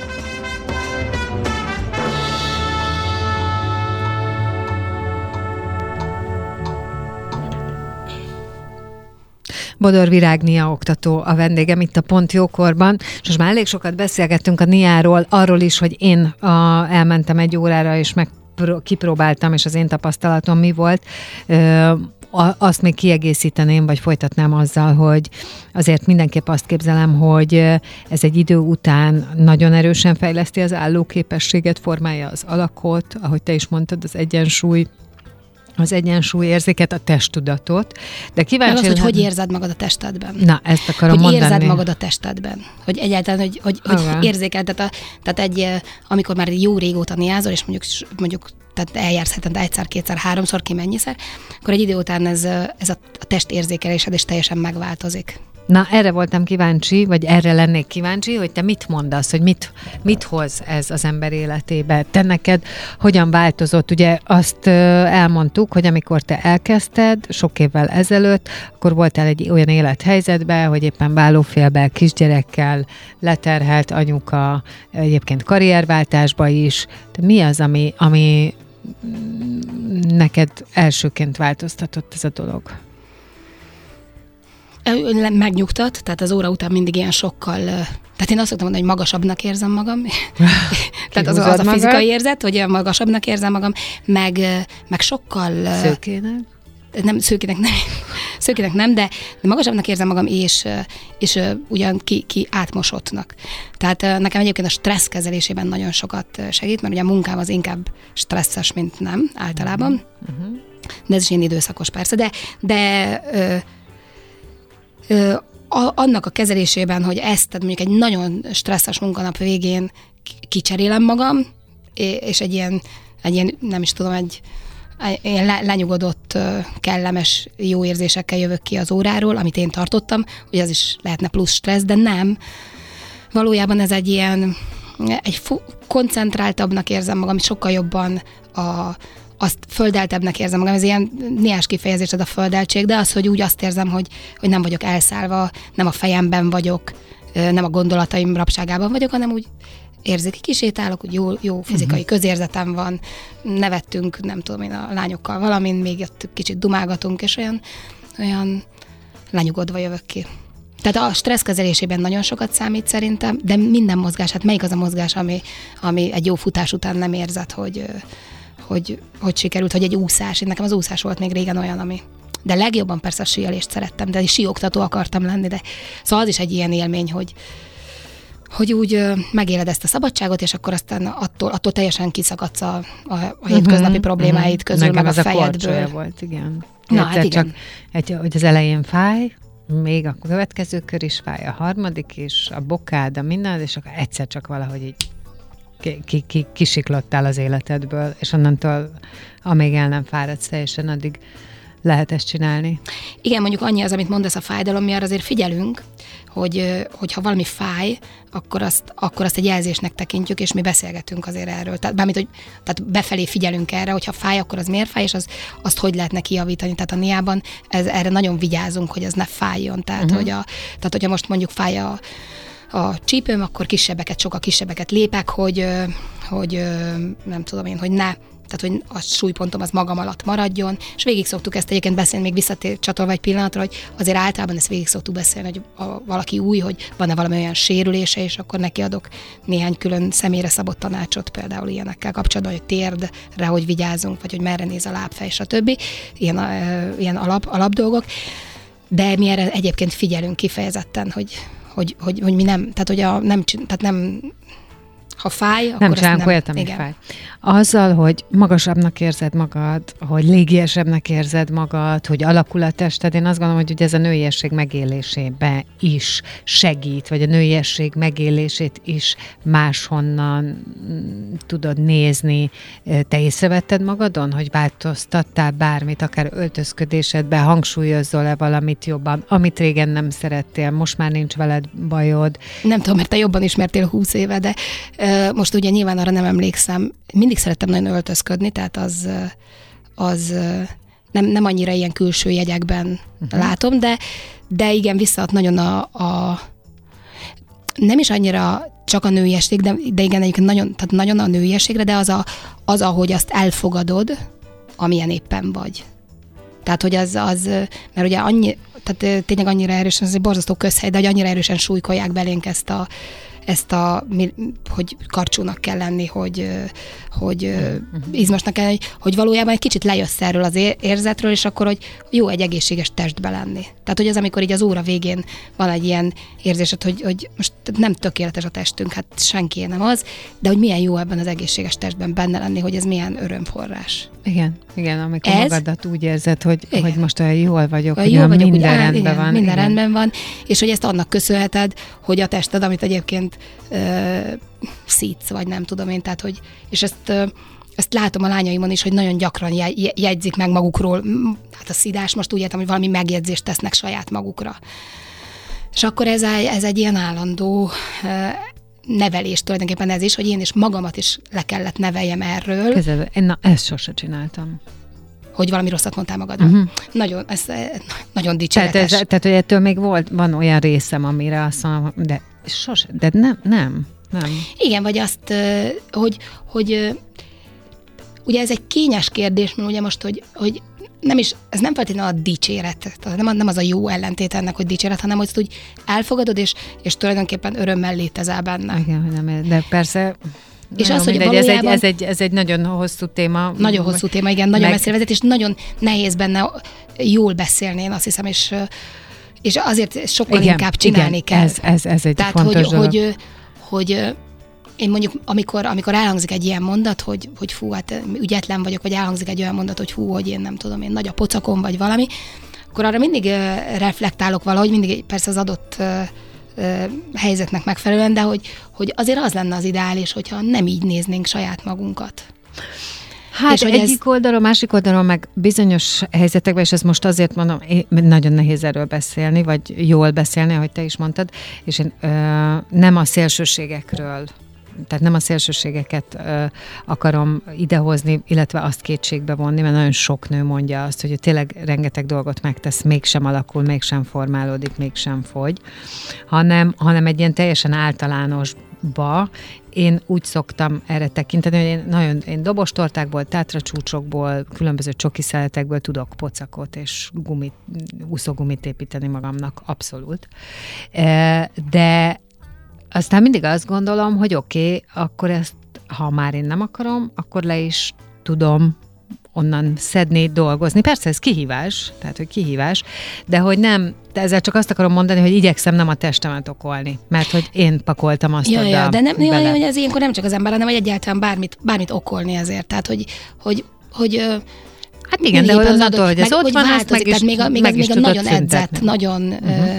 Speaker 2: Bodor Virág Nia oktató a vendégem itt a Pont Jókorban, és most már elég sokat beszélgettünk a Niáról, arról is, hogy én elmentem egy órára, és kipróbáltam, és az én tapasztalatom mi volt. Azt még kiegészíteném, vagy folytatnám azzal, hogy azért mindenképp azt képzelem, hogy ez egy idő után nagyon erősen fejleszti az állóképességet, formálja az alakot, ahogy te is mondtad, az egyensúly érzéket, a testtudatot. De kíváncsi
Speaker 4: hogy érzed magad a testedben?
Speaker 2: Na, ezt akarom
Speaker 4: hogy
Speaker 2: mondani.
Speaker 4: Hogy érzed magad a testedben? Hogy egyáltalán, hogy érzékelted, tehát amikor már jó régóta niázol, és mondjuk tehát eljársz hetente egyszer, kétszer, háromszor, ki mennyiszer, akkor egy idő után ez a testérzékelésed is teljesen megváltozik.
Speaker 2: Na, erre voltam kíváncsi, vagy erre lennék kíváncsi, hogy te mit mondasz, hogy mit hoz ez az ember életébe. Te neked hogyan változott? Ugye azt elmondtuk, hogy amikor te elkezdted sok évvel ezelőtt, akkor voltál egy olyan élethelyzetben, hogy éppen vállófélben, kisgyerekkel, leterhelt anyuka, egyébként karrierváltásba is. De mi az, ami neked elsőként változtatott ez a dolog?
Speaker 4: Megnyugtat, tehát az óra után mindig ilyen sokkal, tehát én azt szoktam mondani, hogy magasabbnak érzem magam, tehát az a fizikai érzet, hogy magasabbnak érzem magam, meg sokkal... Szőkének nem, de magasabbnak érzem magam, és ugyan ki átmosottnak. Tehát nekem egyébként a stressz kezelésében nagyon sokat segít, mert ugye a munkám az inkább stresszes, mint nem általában, de ez is ilyen időszakos persze, de annak a kezelésében, hogy tehát mondjuk egy nagyon stresszes munkanap végén kicserélem magam, és egy ilyen nem is tudom, egy lenyugodott, kellemes, jó érzésekkel jövök ki az óráról, amit én tartottam, hogy az is lehetne plusz stressz, de nem. Valójában ez egy koncentráltabbnak érzem magam, sokkal jobban azt földeltebbnek érzem magam, ez ilyen niás kifejezés, ez a földeltség, de az, hogy úgy azt érzem, hogy nem vagyok elszállva, nem a fejemben vagyok, nem a gondolataim rabságában vagyok, hanem úgy érzéki kisétálok, úgy jó fizikai közérzetem van, nevettünk, nem tudom én, a lányokkal valamin, még ott kicsit dumálgatunk, és olyan lenyugodva jövök ki. Tehát a stressz kezelésében nagyon sokat számít szerintem, de minden mozgás, hát melyik az a mozgás, ami egy jó futás után nem érzed, hogy sikerült, hogy egy úszás. Én nekem az úszás volt még régen olyan, ami... De legjobban persze a síelést szerettem, de síoktató akartam lenni, de szóval az is egy ilyen élmény, hogy úgy megéled ezt a szabadságot, és akkor aztán attól teljesen kiszakadsz a hétköznapi problémáid közül,
Speaker 2: nekem
Speaker 4: meg a fejedből.
Speaker 2: Nekem volt, igen.
Speaker 4: Na, hát igen.
Speaker 2: Csak, hogy az elején fáj, még a következő kör is fáj, a harmadik is, a bokád, a minden, és akkor egyszer csak valahogy így kisiklottál az életedből, és onnantól, amíg el nem fáradsz teljesen, addig lehet ezt csinálni. Igen, mondjuk annyi az, amit mondasz a fájdalom miatt, azért figyelünk, hogyha valami fáj, akkor azt egy jelzésnek tekintjük, és mi beszélgetünk azért erről. Tehát befelé figyelünk erre, hogyha fáj, akkor az miért fáj, és azt hogy lehetne kijavítani. Tehát a Niában erre nagyon vigyázunk, hogy ez ne fájjon. Tehát, hogyha most mondjuk fáj a csípőm, akkor sokkal kisebbeket lépek, hogy nem tudom én, hogy ne
Speaker 4: tehát hogy a súlypontom az magam alatt maradjon, és végig szoktuk ezt egyébként beszélni, még visszacsatolva egy pillanatra, hogy azért általában ezt végig szoktuk beszélni, hogy valaki új, hogy van-e valami olyan sérülése, és akkor neki adok néhány külön személyre szabott tanácsot, például ilyenekkel kapcsolatban, hogy térdre, hogy vigyázzunk, vagy hogy merre néz a lábfej, stb. Ilyen alap dolgok. De mi erre egyébként figyelünk kifejezetten, hogy mi nem, tehát hogy nem ha fáj, akkor
Speaker 2: nem csinálunk olyat, ami fáj. Azzal, hogy magasabbnak érzed magad, hogy légiesebbnek érzed magad, hogy alakul a tested, én azt gondolom, hogy ez a nőiesség megélésébe is segít, vagy a nőiesség megélését is máshonnan tudod nézni. Te észrevetted magadon, hogy változtattál bármit, akár öltözködésedben, hangsúlyozol-e valamit jobban, amit régen nem szerettél, most már nincs veled bajod?
Speaker 4: Nem tudom, mert te jobban ismertél 20 éve, de most ugye nyilván arra nem emlékszem. Mindig szerettem nagyon öltözködni, tehát az nem annyira ilyen külső jegyekben látom, de igen, visszaad nagyon nem is annyira csak a nőiesség, de igen, egyébként nagyon a nőiességre, de az, ahogy azt elfogadod, amilyen éppen vagy. Tehát, hogy az mert ugye tehát tényleg annyira erősen, ez egy borzasztó közhely, de hogy annyira erősen súlykolják belénk ezt a hogy karcsúnak kell lenni, hogy izmosnak kell lenni, hogy valójában egy kicsit lejössz erről az érzetről, és akkor, hogy jó egy egészséges testbe lenni. Tehát, hogy az, amikor így az óra végén van egy ilyen érzésed, hogy most nem tökéletes a testünk, hát senki nem az, de hogy milyen jó ebben az egészséges testben benne lenni, hogy ez milyen örömforrás.
Speaker 2: Igen, amikor magadat úgy érzed, hogy most olyan jól vagyok, hogy
Speaker 4: jól vagyok,
Speaker 2: minden rendben van.
Speaker 4: Minden rendben van, és hogy ezt annak köszönheted, hogy a tested, amit egyébként szítsz, vagy nem tudom én, tehát hogy, és ezt látom a lányaimon is, hogy nagyon gyakran jegyzik meg magukról, hát a szidás most úgy értem, hogy valami megjegyzést tesznek saját magukra. És akkor ez egy ilyen állandó nevelés tulajdonképpen ez is, hogy én is magamat is le kellett neveljem erről.
Speaker 2: Na, ezt sosem csináltam.
Speaker 4: Hogy valami rosszat mondtál magadban. Nagyon dicséretes.
Speaker 2: Tehát, hogy ettől még van olyan részem, amire azt mondom, de sosem, de nem.
Speaker 4: Igen, vagy azt, hogy ugye ez egy kényes kérdés, mert ugye most, hogy nem is, ez nem feltétlenül a dicséret, nem az a jó ellentét ennek, hogy dicséret, hanem hogy ezt úgy elfogadod, és tulajdonképpen örömmel létezel benne.
Speaker 2: Igen, de persze.
Speaker 4: És az, hogy valójában...
Speaker 2: ez egy nagyon hosszú téma.
Speaker 4: Nagyon hosszú téma, igen, nagyon messzire vezet, és nagyon nehéz benne jól beszélni, én azt hiszem, és azért sokkal inkább csinálni kell.
Speaker 2: Ez egy
Speaker 4: tehát,
Speaker 2: fontos dolog.
Speaker 4: hogy én mondjuk, amikor elhangzik egy ilyen mondat, hogy fú, hát ügyetlen vagyok, vagy elhangzik egy olyan mondat, hogy hú, hogy én nem tudom, én nagy a pocakom, vagy valami, akkor arra mindig reflektálok valahogy, mindig persze az adott helyzetnek megfelelően, de hogy azért az lenne az ideális, hogyha nem így néznénk saját magunkat.
Speaker 2: Hát és egyik oldalon, másik oldalon meg bizonyos helyzetekben, és ezt most azért mondom, nagyon nehéz erről beszélni, vagy jól beszélni, ahogy te is mondtad, és én nem a szélsőségekről, tehát nem a szélsőségeket akarom idehozni, illetve azt kétségbe vonni, mert nagyon sok nő mondja azt, hogy tényleg rengeteg dolgot megtesz, mégsem alakul, mégsem formálódik, mégsem fogy, hanem egy ilyen teljesen általánosba. Én úgy szoktam erre tekinteni, hogy én dobostortákból, tátracsúcsokból, különböző csokiszeletekből tudok pocakot és úszógumit építeni magamnak, abszolút. De aztán mindig azt gondolom, hogy oké, akkor ezt, ha már én nem akarom, akkor le is tudom onnan szedni, dolgozni. Persze ez kihívás, de hogy nem, de ezzel csak azt akarom mondani, hogy igyekszem nem a testemet okolni, mert hogy én pakoltam azt oda
Speaker 4: de nem,
Speaker 2: bele.
Speaker 4: hogy ez ilyenkor nem csak az ember, hanem hogy egyáltalán bármit okolni ezért. Tehát, hogy
Speaker 2: hát igen, de onnantól, hogy ez ott van, azt meg is,
Speaker 4: még
Speaker 2: meg is
Speaker 4: a
Speaker 2: tudod
Speaker 4: nagyon edzett, nagyon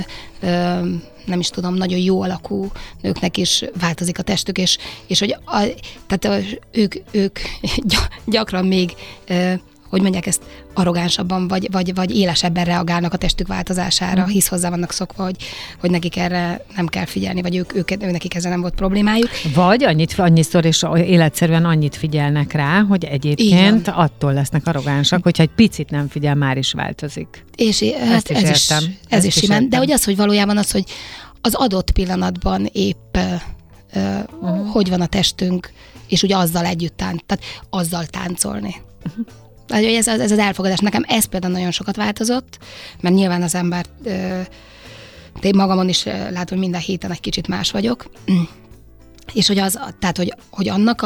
Speaker 4: nem is tudom, nagyon jó alakú nőknek is változik a testük, és hogy tehát ők gyakran még hogy mondják ezt, arrogánsabban vagy élesebben reagálnak a testük változására, hisz hozzá vannak szokva, hogy nekik erre nem kell figyelni, vagy nekik ezzel nem volt problémájuk.
Speaker 2: Vagy annyiszor és életszerűen annyit figyelnek rá, hogy egyébként attól lesznek arrogánsak, hogyha egy picit nem figyel, már is változik.
Speaker 4: És hát ez is simán. De hogy az, hogy valójában az, hogy az adott pillanatban épp hogy van a testünk, és ugye azzal együtt tehát azzal táncolni. Ez az elfogadás. Nekem ez például nagyon sokat változott, mert nyilván az ember, én magamon is látom, hogy minden héten egy kicsit más vagyok, és hogy hogy annak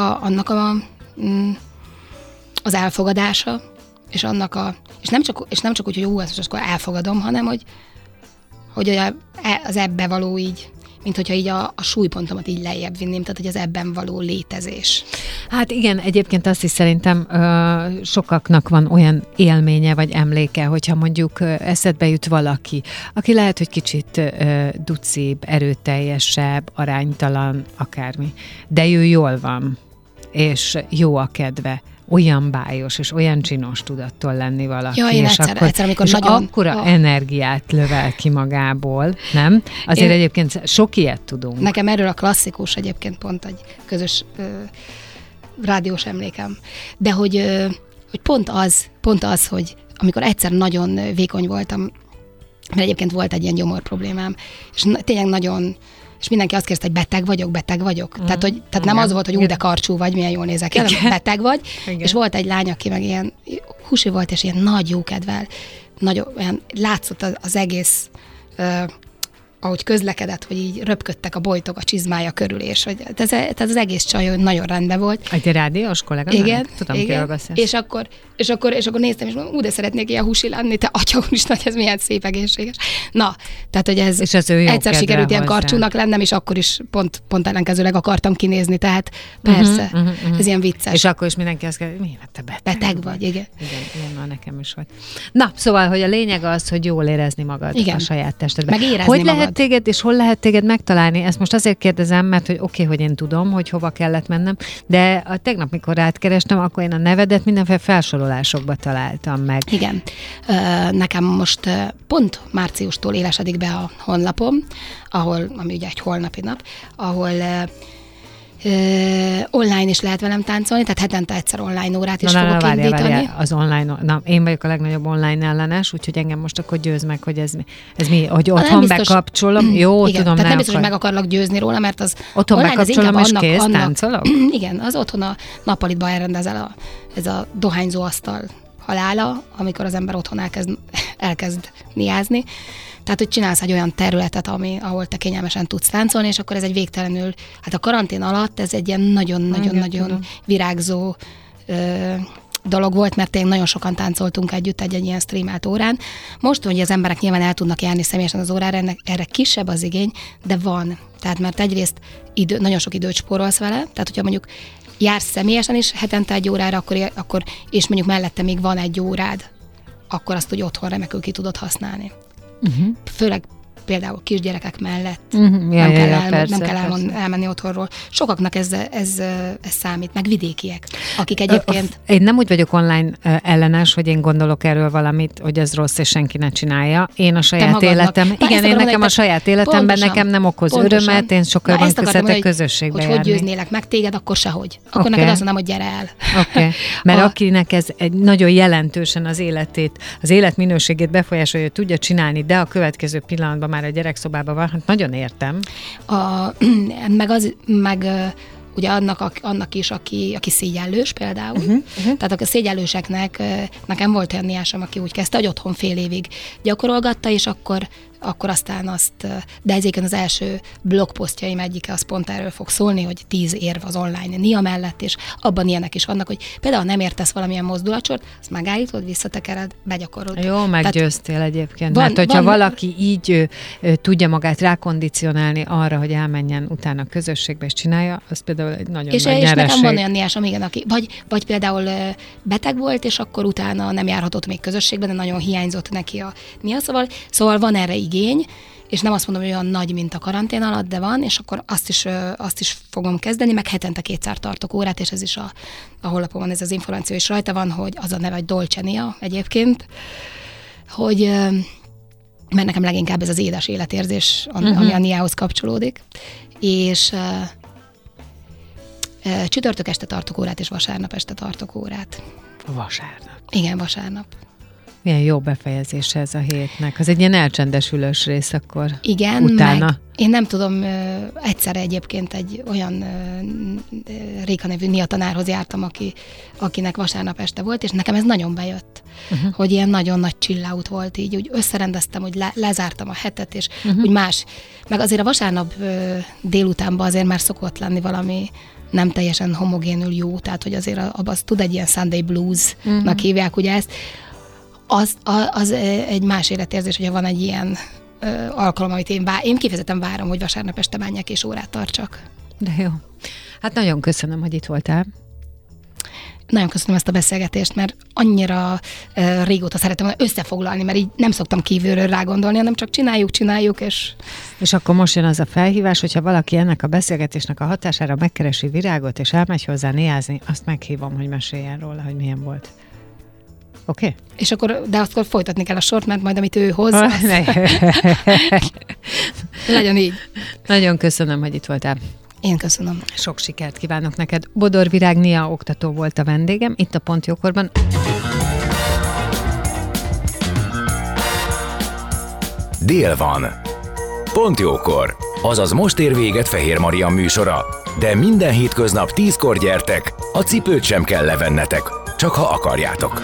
Speaker 4: az elfogadása, és nem csak úgy, hogy ezt most akkor elfogadom, hanem hogy az ebbe való így, mint hogyha így a súlypontomat így lejjebb vinném, tehát hogy az ebben való létezés.
Speaker 2: Hát igen, egyébként azt is szerintem sokaknak van olyan élménye vagy emléke, hogyha mondjuk eszedbe jut valaki, aki lehet, hogy kicsit ducibb, erőteljesebb, aránytalan, akármi, de ő jól van, és jó a kedve, olyan bájos és olyan csinos tud attól lenni valaki,
Speaker 4: ja,
Speaker 2: és
Speaker 4: amikor
Speaker 2: akkora energiát lövel ki magából, nem? Azért egyébként sok ilyet tudunk.
Speaker 4: Nekem erről a klasszikus egyébként pont egy közös rádiós emlékem. De hogy pont az, hogy amikor egyszer nagyon vékony voltam, mert egyébként volt egy ilyen gyomor problémám, és tényleg nagyon, és mindenki azt kérdezte, hogy beteg vagyok. Tehát nem az volt, hogy de karcsú vagy, milyen jól nézek el, hanem beteg vagy. Igen. És volt egy lány, aki meg ilyen húsi volt, és ilyen nagy jókedvel, olyan látszott az egész, ahogy közlekedett, hogy így röpködtek a bojtok a csizmája körül, és hogy tehát az egész csaj nagyon rendben volt.
Speaker 2: Egy rádiós kollega?
Speaker 4: Igen.
Speaker 2: Tudom, kiről beszélsz.
Speaker 4: És akkor néztem, és mondom, de szeretnék ilyen húsi lenni, te atya úristen, ez milyen szép egészséges. Na, tehát, hogy ez egyszer sikerült ilyen karcsúnak lennem, és akkor is pont ellenkezőleg akartam kinézni, tehát persze, ez ilyen vicces.
Speaker 2: És akkor is mindenki azt kérdezi, mi? Te
Speaker 4: beteg vagy, igen.
Speaker 2: Igen, ilyen már nekem is volt. Na, szóval, hogy a lényeg az, hogy jól érezni magad a saját testedben.
Speaker 4: Meg érezni
Speaker 2: hogy
Speaker 4: magad.
Speaker 2: Lehet téged, és hol lehet téged megtalálni? Ezt most azért kérdezem, mert hogy oké, hogy én tudom, hogy hova kellett mennem, de tegnap, mikor rátkerestem, akkor én a nevedet mindenféle felsorolásokba találtam meg.
Speaker 4: Igen. Nekem most pont márciustól élesedik be a honlapom, ami ugye egy holnapi nap, ahol online is lehet velem táncolni, tehát hetente egyszer online órát is fogok indítani. Várjál,
Speaker 2: az online, én vagyok a legnagyobb online ellenes, úgyhogy engem most akkor győz meg, hogy ez mi, hogy otthon bekapcsolom. Jó,
Speaker 4: igen,
Speaker 2: tudom,
Speaker 4: tehát nem biztos, hogy meg akarlak győzni róla, mert az
Speaker 2: otthon bekapcsolom, és kész, táncolok?
Speaker 4: Igen, az otthon a nappalitban elrendezel ez a dohányzó asztal halála, amikor az ember otthon elkezd niázni. Tehát, hogy csinálsz egy olyan területet, ahol te kényelmesen tudsz táncolni, és akkor ez egy végtelenül, hát a karantén alatt ez egy ilyen nagyon-nagyon virágzó dolog volt, mert tényleg nagyon sokan táncoltunk együtt egy ilyen streamelt órán. Most, hogy az emberek nyilván el tudnak járni személyesen az órára, erre kisebb az igény, de van. Tehát, mert egyrészt nagyon sok időt spórolsz vele, tehát hogyha mondjuk jársz személyesen is hetente egy órára, akkor és mondjuk mellette még van egy órád, akkor azt úgy otthon remekül ki tudod használni. Főleg például kisgyerekek mellett nem kell elmenni otthonról. Sokaknak ez számít, meg vidékiek, akik egyébként...
Speaker 2: Én nem úgy vagyok online ellenes, hogy én gondolok erről valamit, hogy ez rossz, és senki ne csinálja. Én a saját életem... Igen, én nekem a saját életemben nekem nem okoz örömet, én sokkal jobban szeretek közösségbe járni.
Speaker 4: Hogy győznélek meg téged, akkor sehogy. Akkor neked azt mondom, hogy gyere el.
Speaker 2: Mert akinek ez egy nagyon jelentősen az életét, az életminőségét befolyásolja, hogy tudja csinálni, de a következő pillanatban már a gyerekszobában van, hát nagyon értem.
Speaker 4: Meg ugye annak is, aki szégyellős például. Tehát a szégyellőseknek, nekem volt olyan niásom, aki úgy kezdte, hogy otthon fél évig gyakorolgatta, és akkor aztán de ezeken az első blogposztjaim egyike az pont erről fog szólni, hogy 10 érv az online NIA mellett, és abban ilyenek is vannak, hogy például nem értesz valamilyen mozdulatsort, azt megállítod, visszatekered, begyakorolod.
Speaker 2: Jó, meggyőztél egyébként, mert hogyha valaki így tudja magát rákondicionálni arra, hogy elmenjen utána a közösségbe és csinálja, az például egy nagyon nagy nyereség. És nekem van olyan niásom, igen, aki vagy például beteg volt, és akkor utána nem járhatott még közösségben, de nagyon hiányzott neki a NIA, szóval van erre igény, és nem azt mondom, hogy olyan nagy, mint a karantén alatt, de van, és akkor azt is fogom kezdeni, meg hetente 2-szer tartok órát, és ez is a honlapon ez az információ is rajta van, hogy az a neve, hogy Dolce Nia egyébként, hogy mert nekem leginkább ez az édes életérzés, ami a Niához kapcsolódik, és csütörtök este tartok órát, és vasárnap este tartok órát. Vasárnap?
Speaker 4: Igen, vasárnap.
Speaker 2: Milyen jó befejezése ez a hétnek. Az egy ilyen elcsendesülős rész akkor.
Speaker 4: Igen,
Speaker 2: utána.
Speaker 4: meg én nem tudom, egyszerre egyébként egy olyan Réka nevű NIA tanárhoz jártam, akinek vasárnap este volt, és nekem ez nagyon bejött, hogy ilyen nagyon nagy chill out volt, így úgy összerendeztem, hogy lezártam a hetet, és úgy más. Meg azért a vasárnap délutánban azért már szokott lenni valami nem teljesen homogénül jó, tehát hogy azért az tud egy ilyen Sunday blues-nak hívják ugye ezt. Az egy más életérzés, hogyha van egy ilyen alkalom, amit én kifejezetten várom, hogy vasárnap este menjek és órát tartsak.
Speaker 2: De jó. Hát nagyon köszönöm, hogy itt voltál.
Speaker 4: Nagyon köszönöm ezt a beszélgetést, mert annyira régóta szeretem volna összefoglalni, mert így nem szoktam kívülről rágondolni, hanem csak csináljuk,
Speaker 2: És akkor most jön az a felhívás, hogyha valaki ennek a beszélgetésnek a hatására megkeresi Virágot, és elmegy hozzá néházni, azt meghívom, hogy meséljen róla, hogy milyen volt. Oké? Okay?
Speaker 4: És de akkor folytatni kell a sort, mert majd amit ő hoz, legyen így.
Speaker 2: Nagyon köszönöm, hogy itt voltál.
Speaker 4: Én köszönöm.
Speaker 2: Sok sikert kívánok neked. Bodor Virág NIA oktató volt a vendégem, itt a Pont Jókorban.
Speaker 1: Dél van. Pont jókor. Azaz most ér véget Fehér Maria műsora. De minden hétköznap 10-kor gyertek, a cipőt sem kell levennetek, csak ha akarjátok.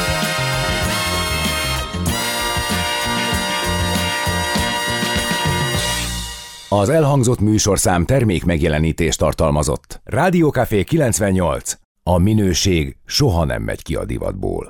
Speaker 1: Az elhangzott műsorszám termék megjelenítést tartalmazott. Rádió Café 98. A minőség soha nem megy ki a divatból.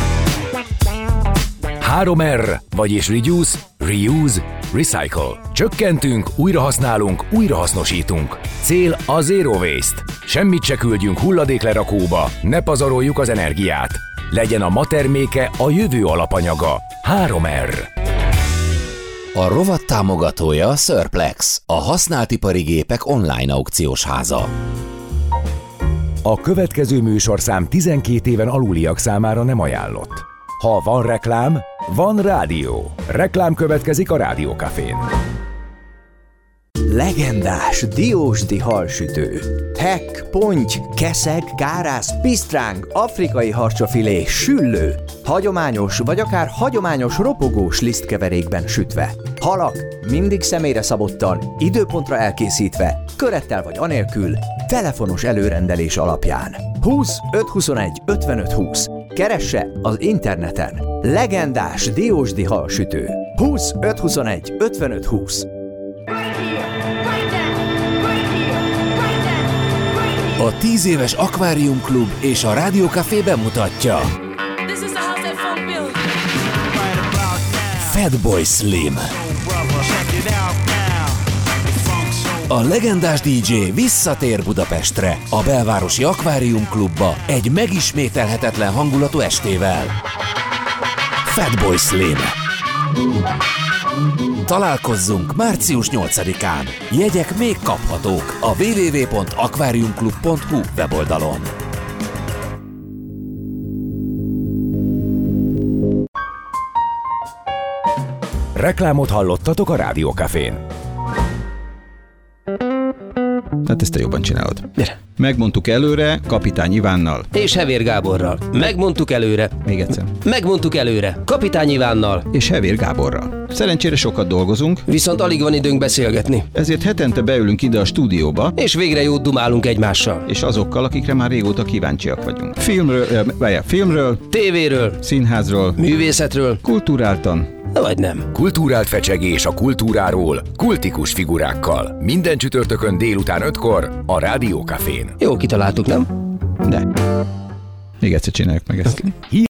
Speaker 1: 3R, vagyis Reduce, Reuse, Recycle. Csökkentünk, újrahasználunk, újrahasznosítunk. Cél a Zero Waste. Semmit se küldjünk hulladéklerakóba, ne pazaroljuk az energiát. Legyen a ma terméke a jövő alapanyaga. 3R.
Speaker 5: A rovat támogatója a Surplex, a használtipari gépek online aukciós háza.
Speaker 1: A következő műsorszám 12 éven aluliak számára nem ajánlott. Ha van reklám, van rádió. Reklám következik a Rádió Cafén.
Speaker 6: Legendás diósdi halsütő. Hekk, ponty, keszeg, kárász, pisztráng, afrikai harcsafilé, süllő. Hagyományos vagy akár hagyományos ropogós lisztkeverékben sütve. Halak mindig személyre szabottan, időpontra elkészítve, körettel vagy anélkül, telefonos előrendelés alapján. 20 521 55 20. Keresse az interneten. Legendás diósdi halsütő. 20 521 55 20.
Speaker 5: A 10 éves Akvárium Klub és a Rádió Café bemutatja Fatboy Slim. A legendás DJ visszatér Budapestre, a belvárosi Akvárium Klubba egy megismételhetetlen hangulatú estével. Fatboy Slim. Találkozzunk március 8-án. Jegyek még kaphatók a www.aquariumclub.hu weboldalon.
Speaker 1: Reklámot hallottatok a Rádió Cafén.
Speaker 7: Hát ezt te jobban csinálod.
Speaker 8: Gyere.
Speaker 7: Megmondtuk előre Kapitány Ivánnal.
Speaker 8: És Hevér Gáborral. Megmondtuk előre.
Speaker 7: Még egyszer.
Speaker 8: Megmondtuk előre. Kapitány Ivánnal.
Speaker 7: És Hevér Gáborral. Szerencsére sokat dolgozunk,
Speaker 8: Viszont alig van időnk beszélgetni.
Speaker 7: ezért hetente beülünk ide a stúdióba,
Speaker 8: És végre jót dumálunk egymással.
Speaker 7: és azokkal, akikre már régóta kíváncsiak vagyunk. Filmről,
Speaker 8: Tévéről,
Speaker 7: színházról,
Speaker 8: művészetről,
Speaker 7: kulturáltan.
Speaker 8: vagy nem.
Speaker 1: Kulturált fecsegés a kultúráról, kultikus figurákkal. Minden csütörtökön délután 5-kor a Rádió Cafén.
Speaker 8: Jó kitaláltuk, nem?
Speaker 7: De. Még egyszer csináljuk meg ezt.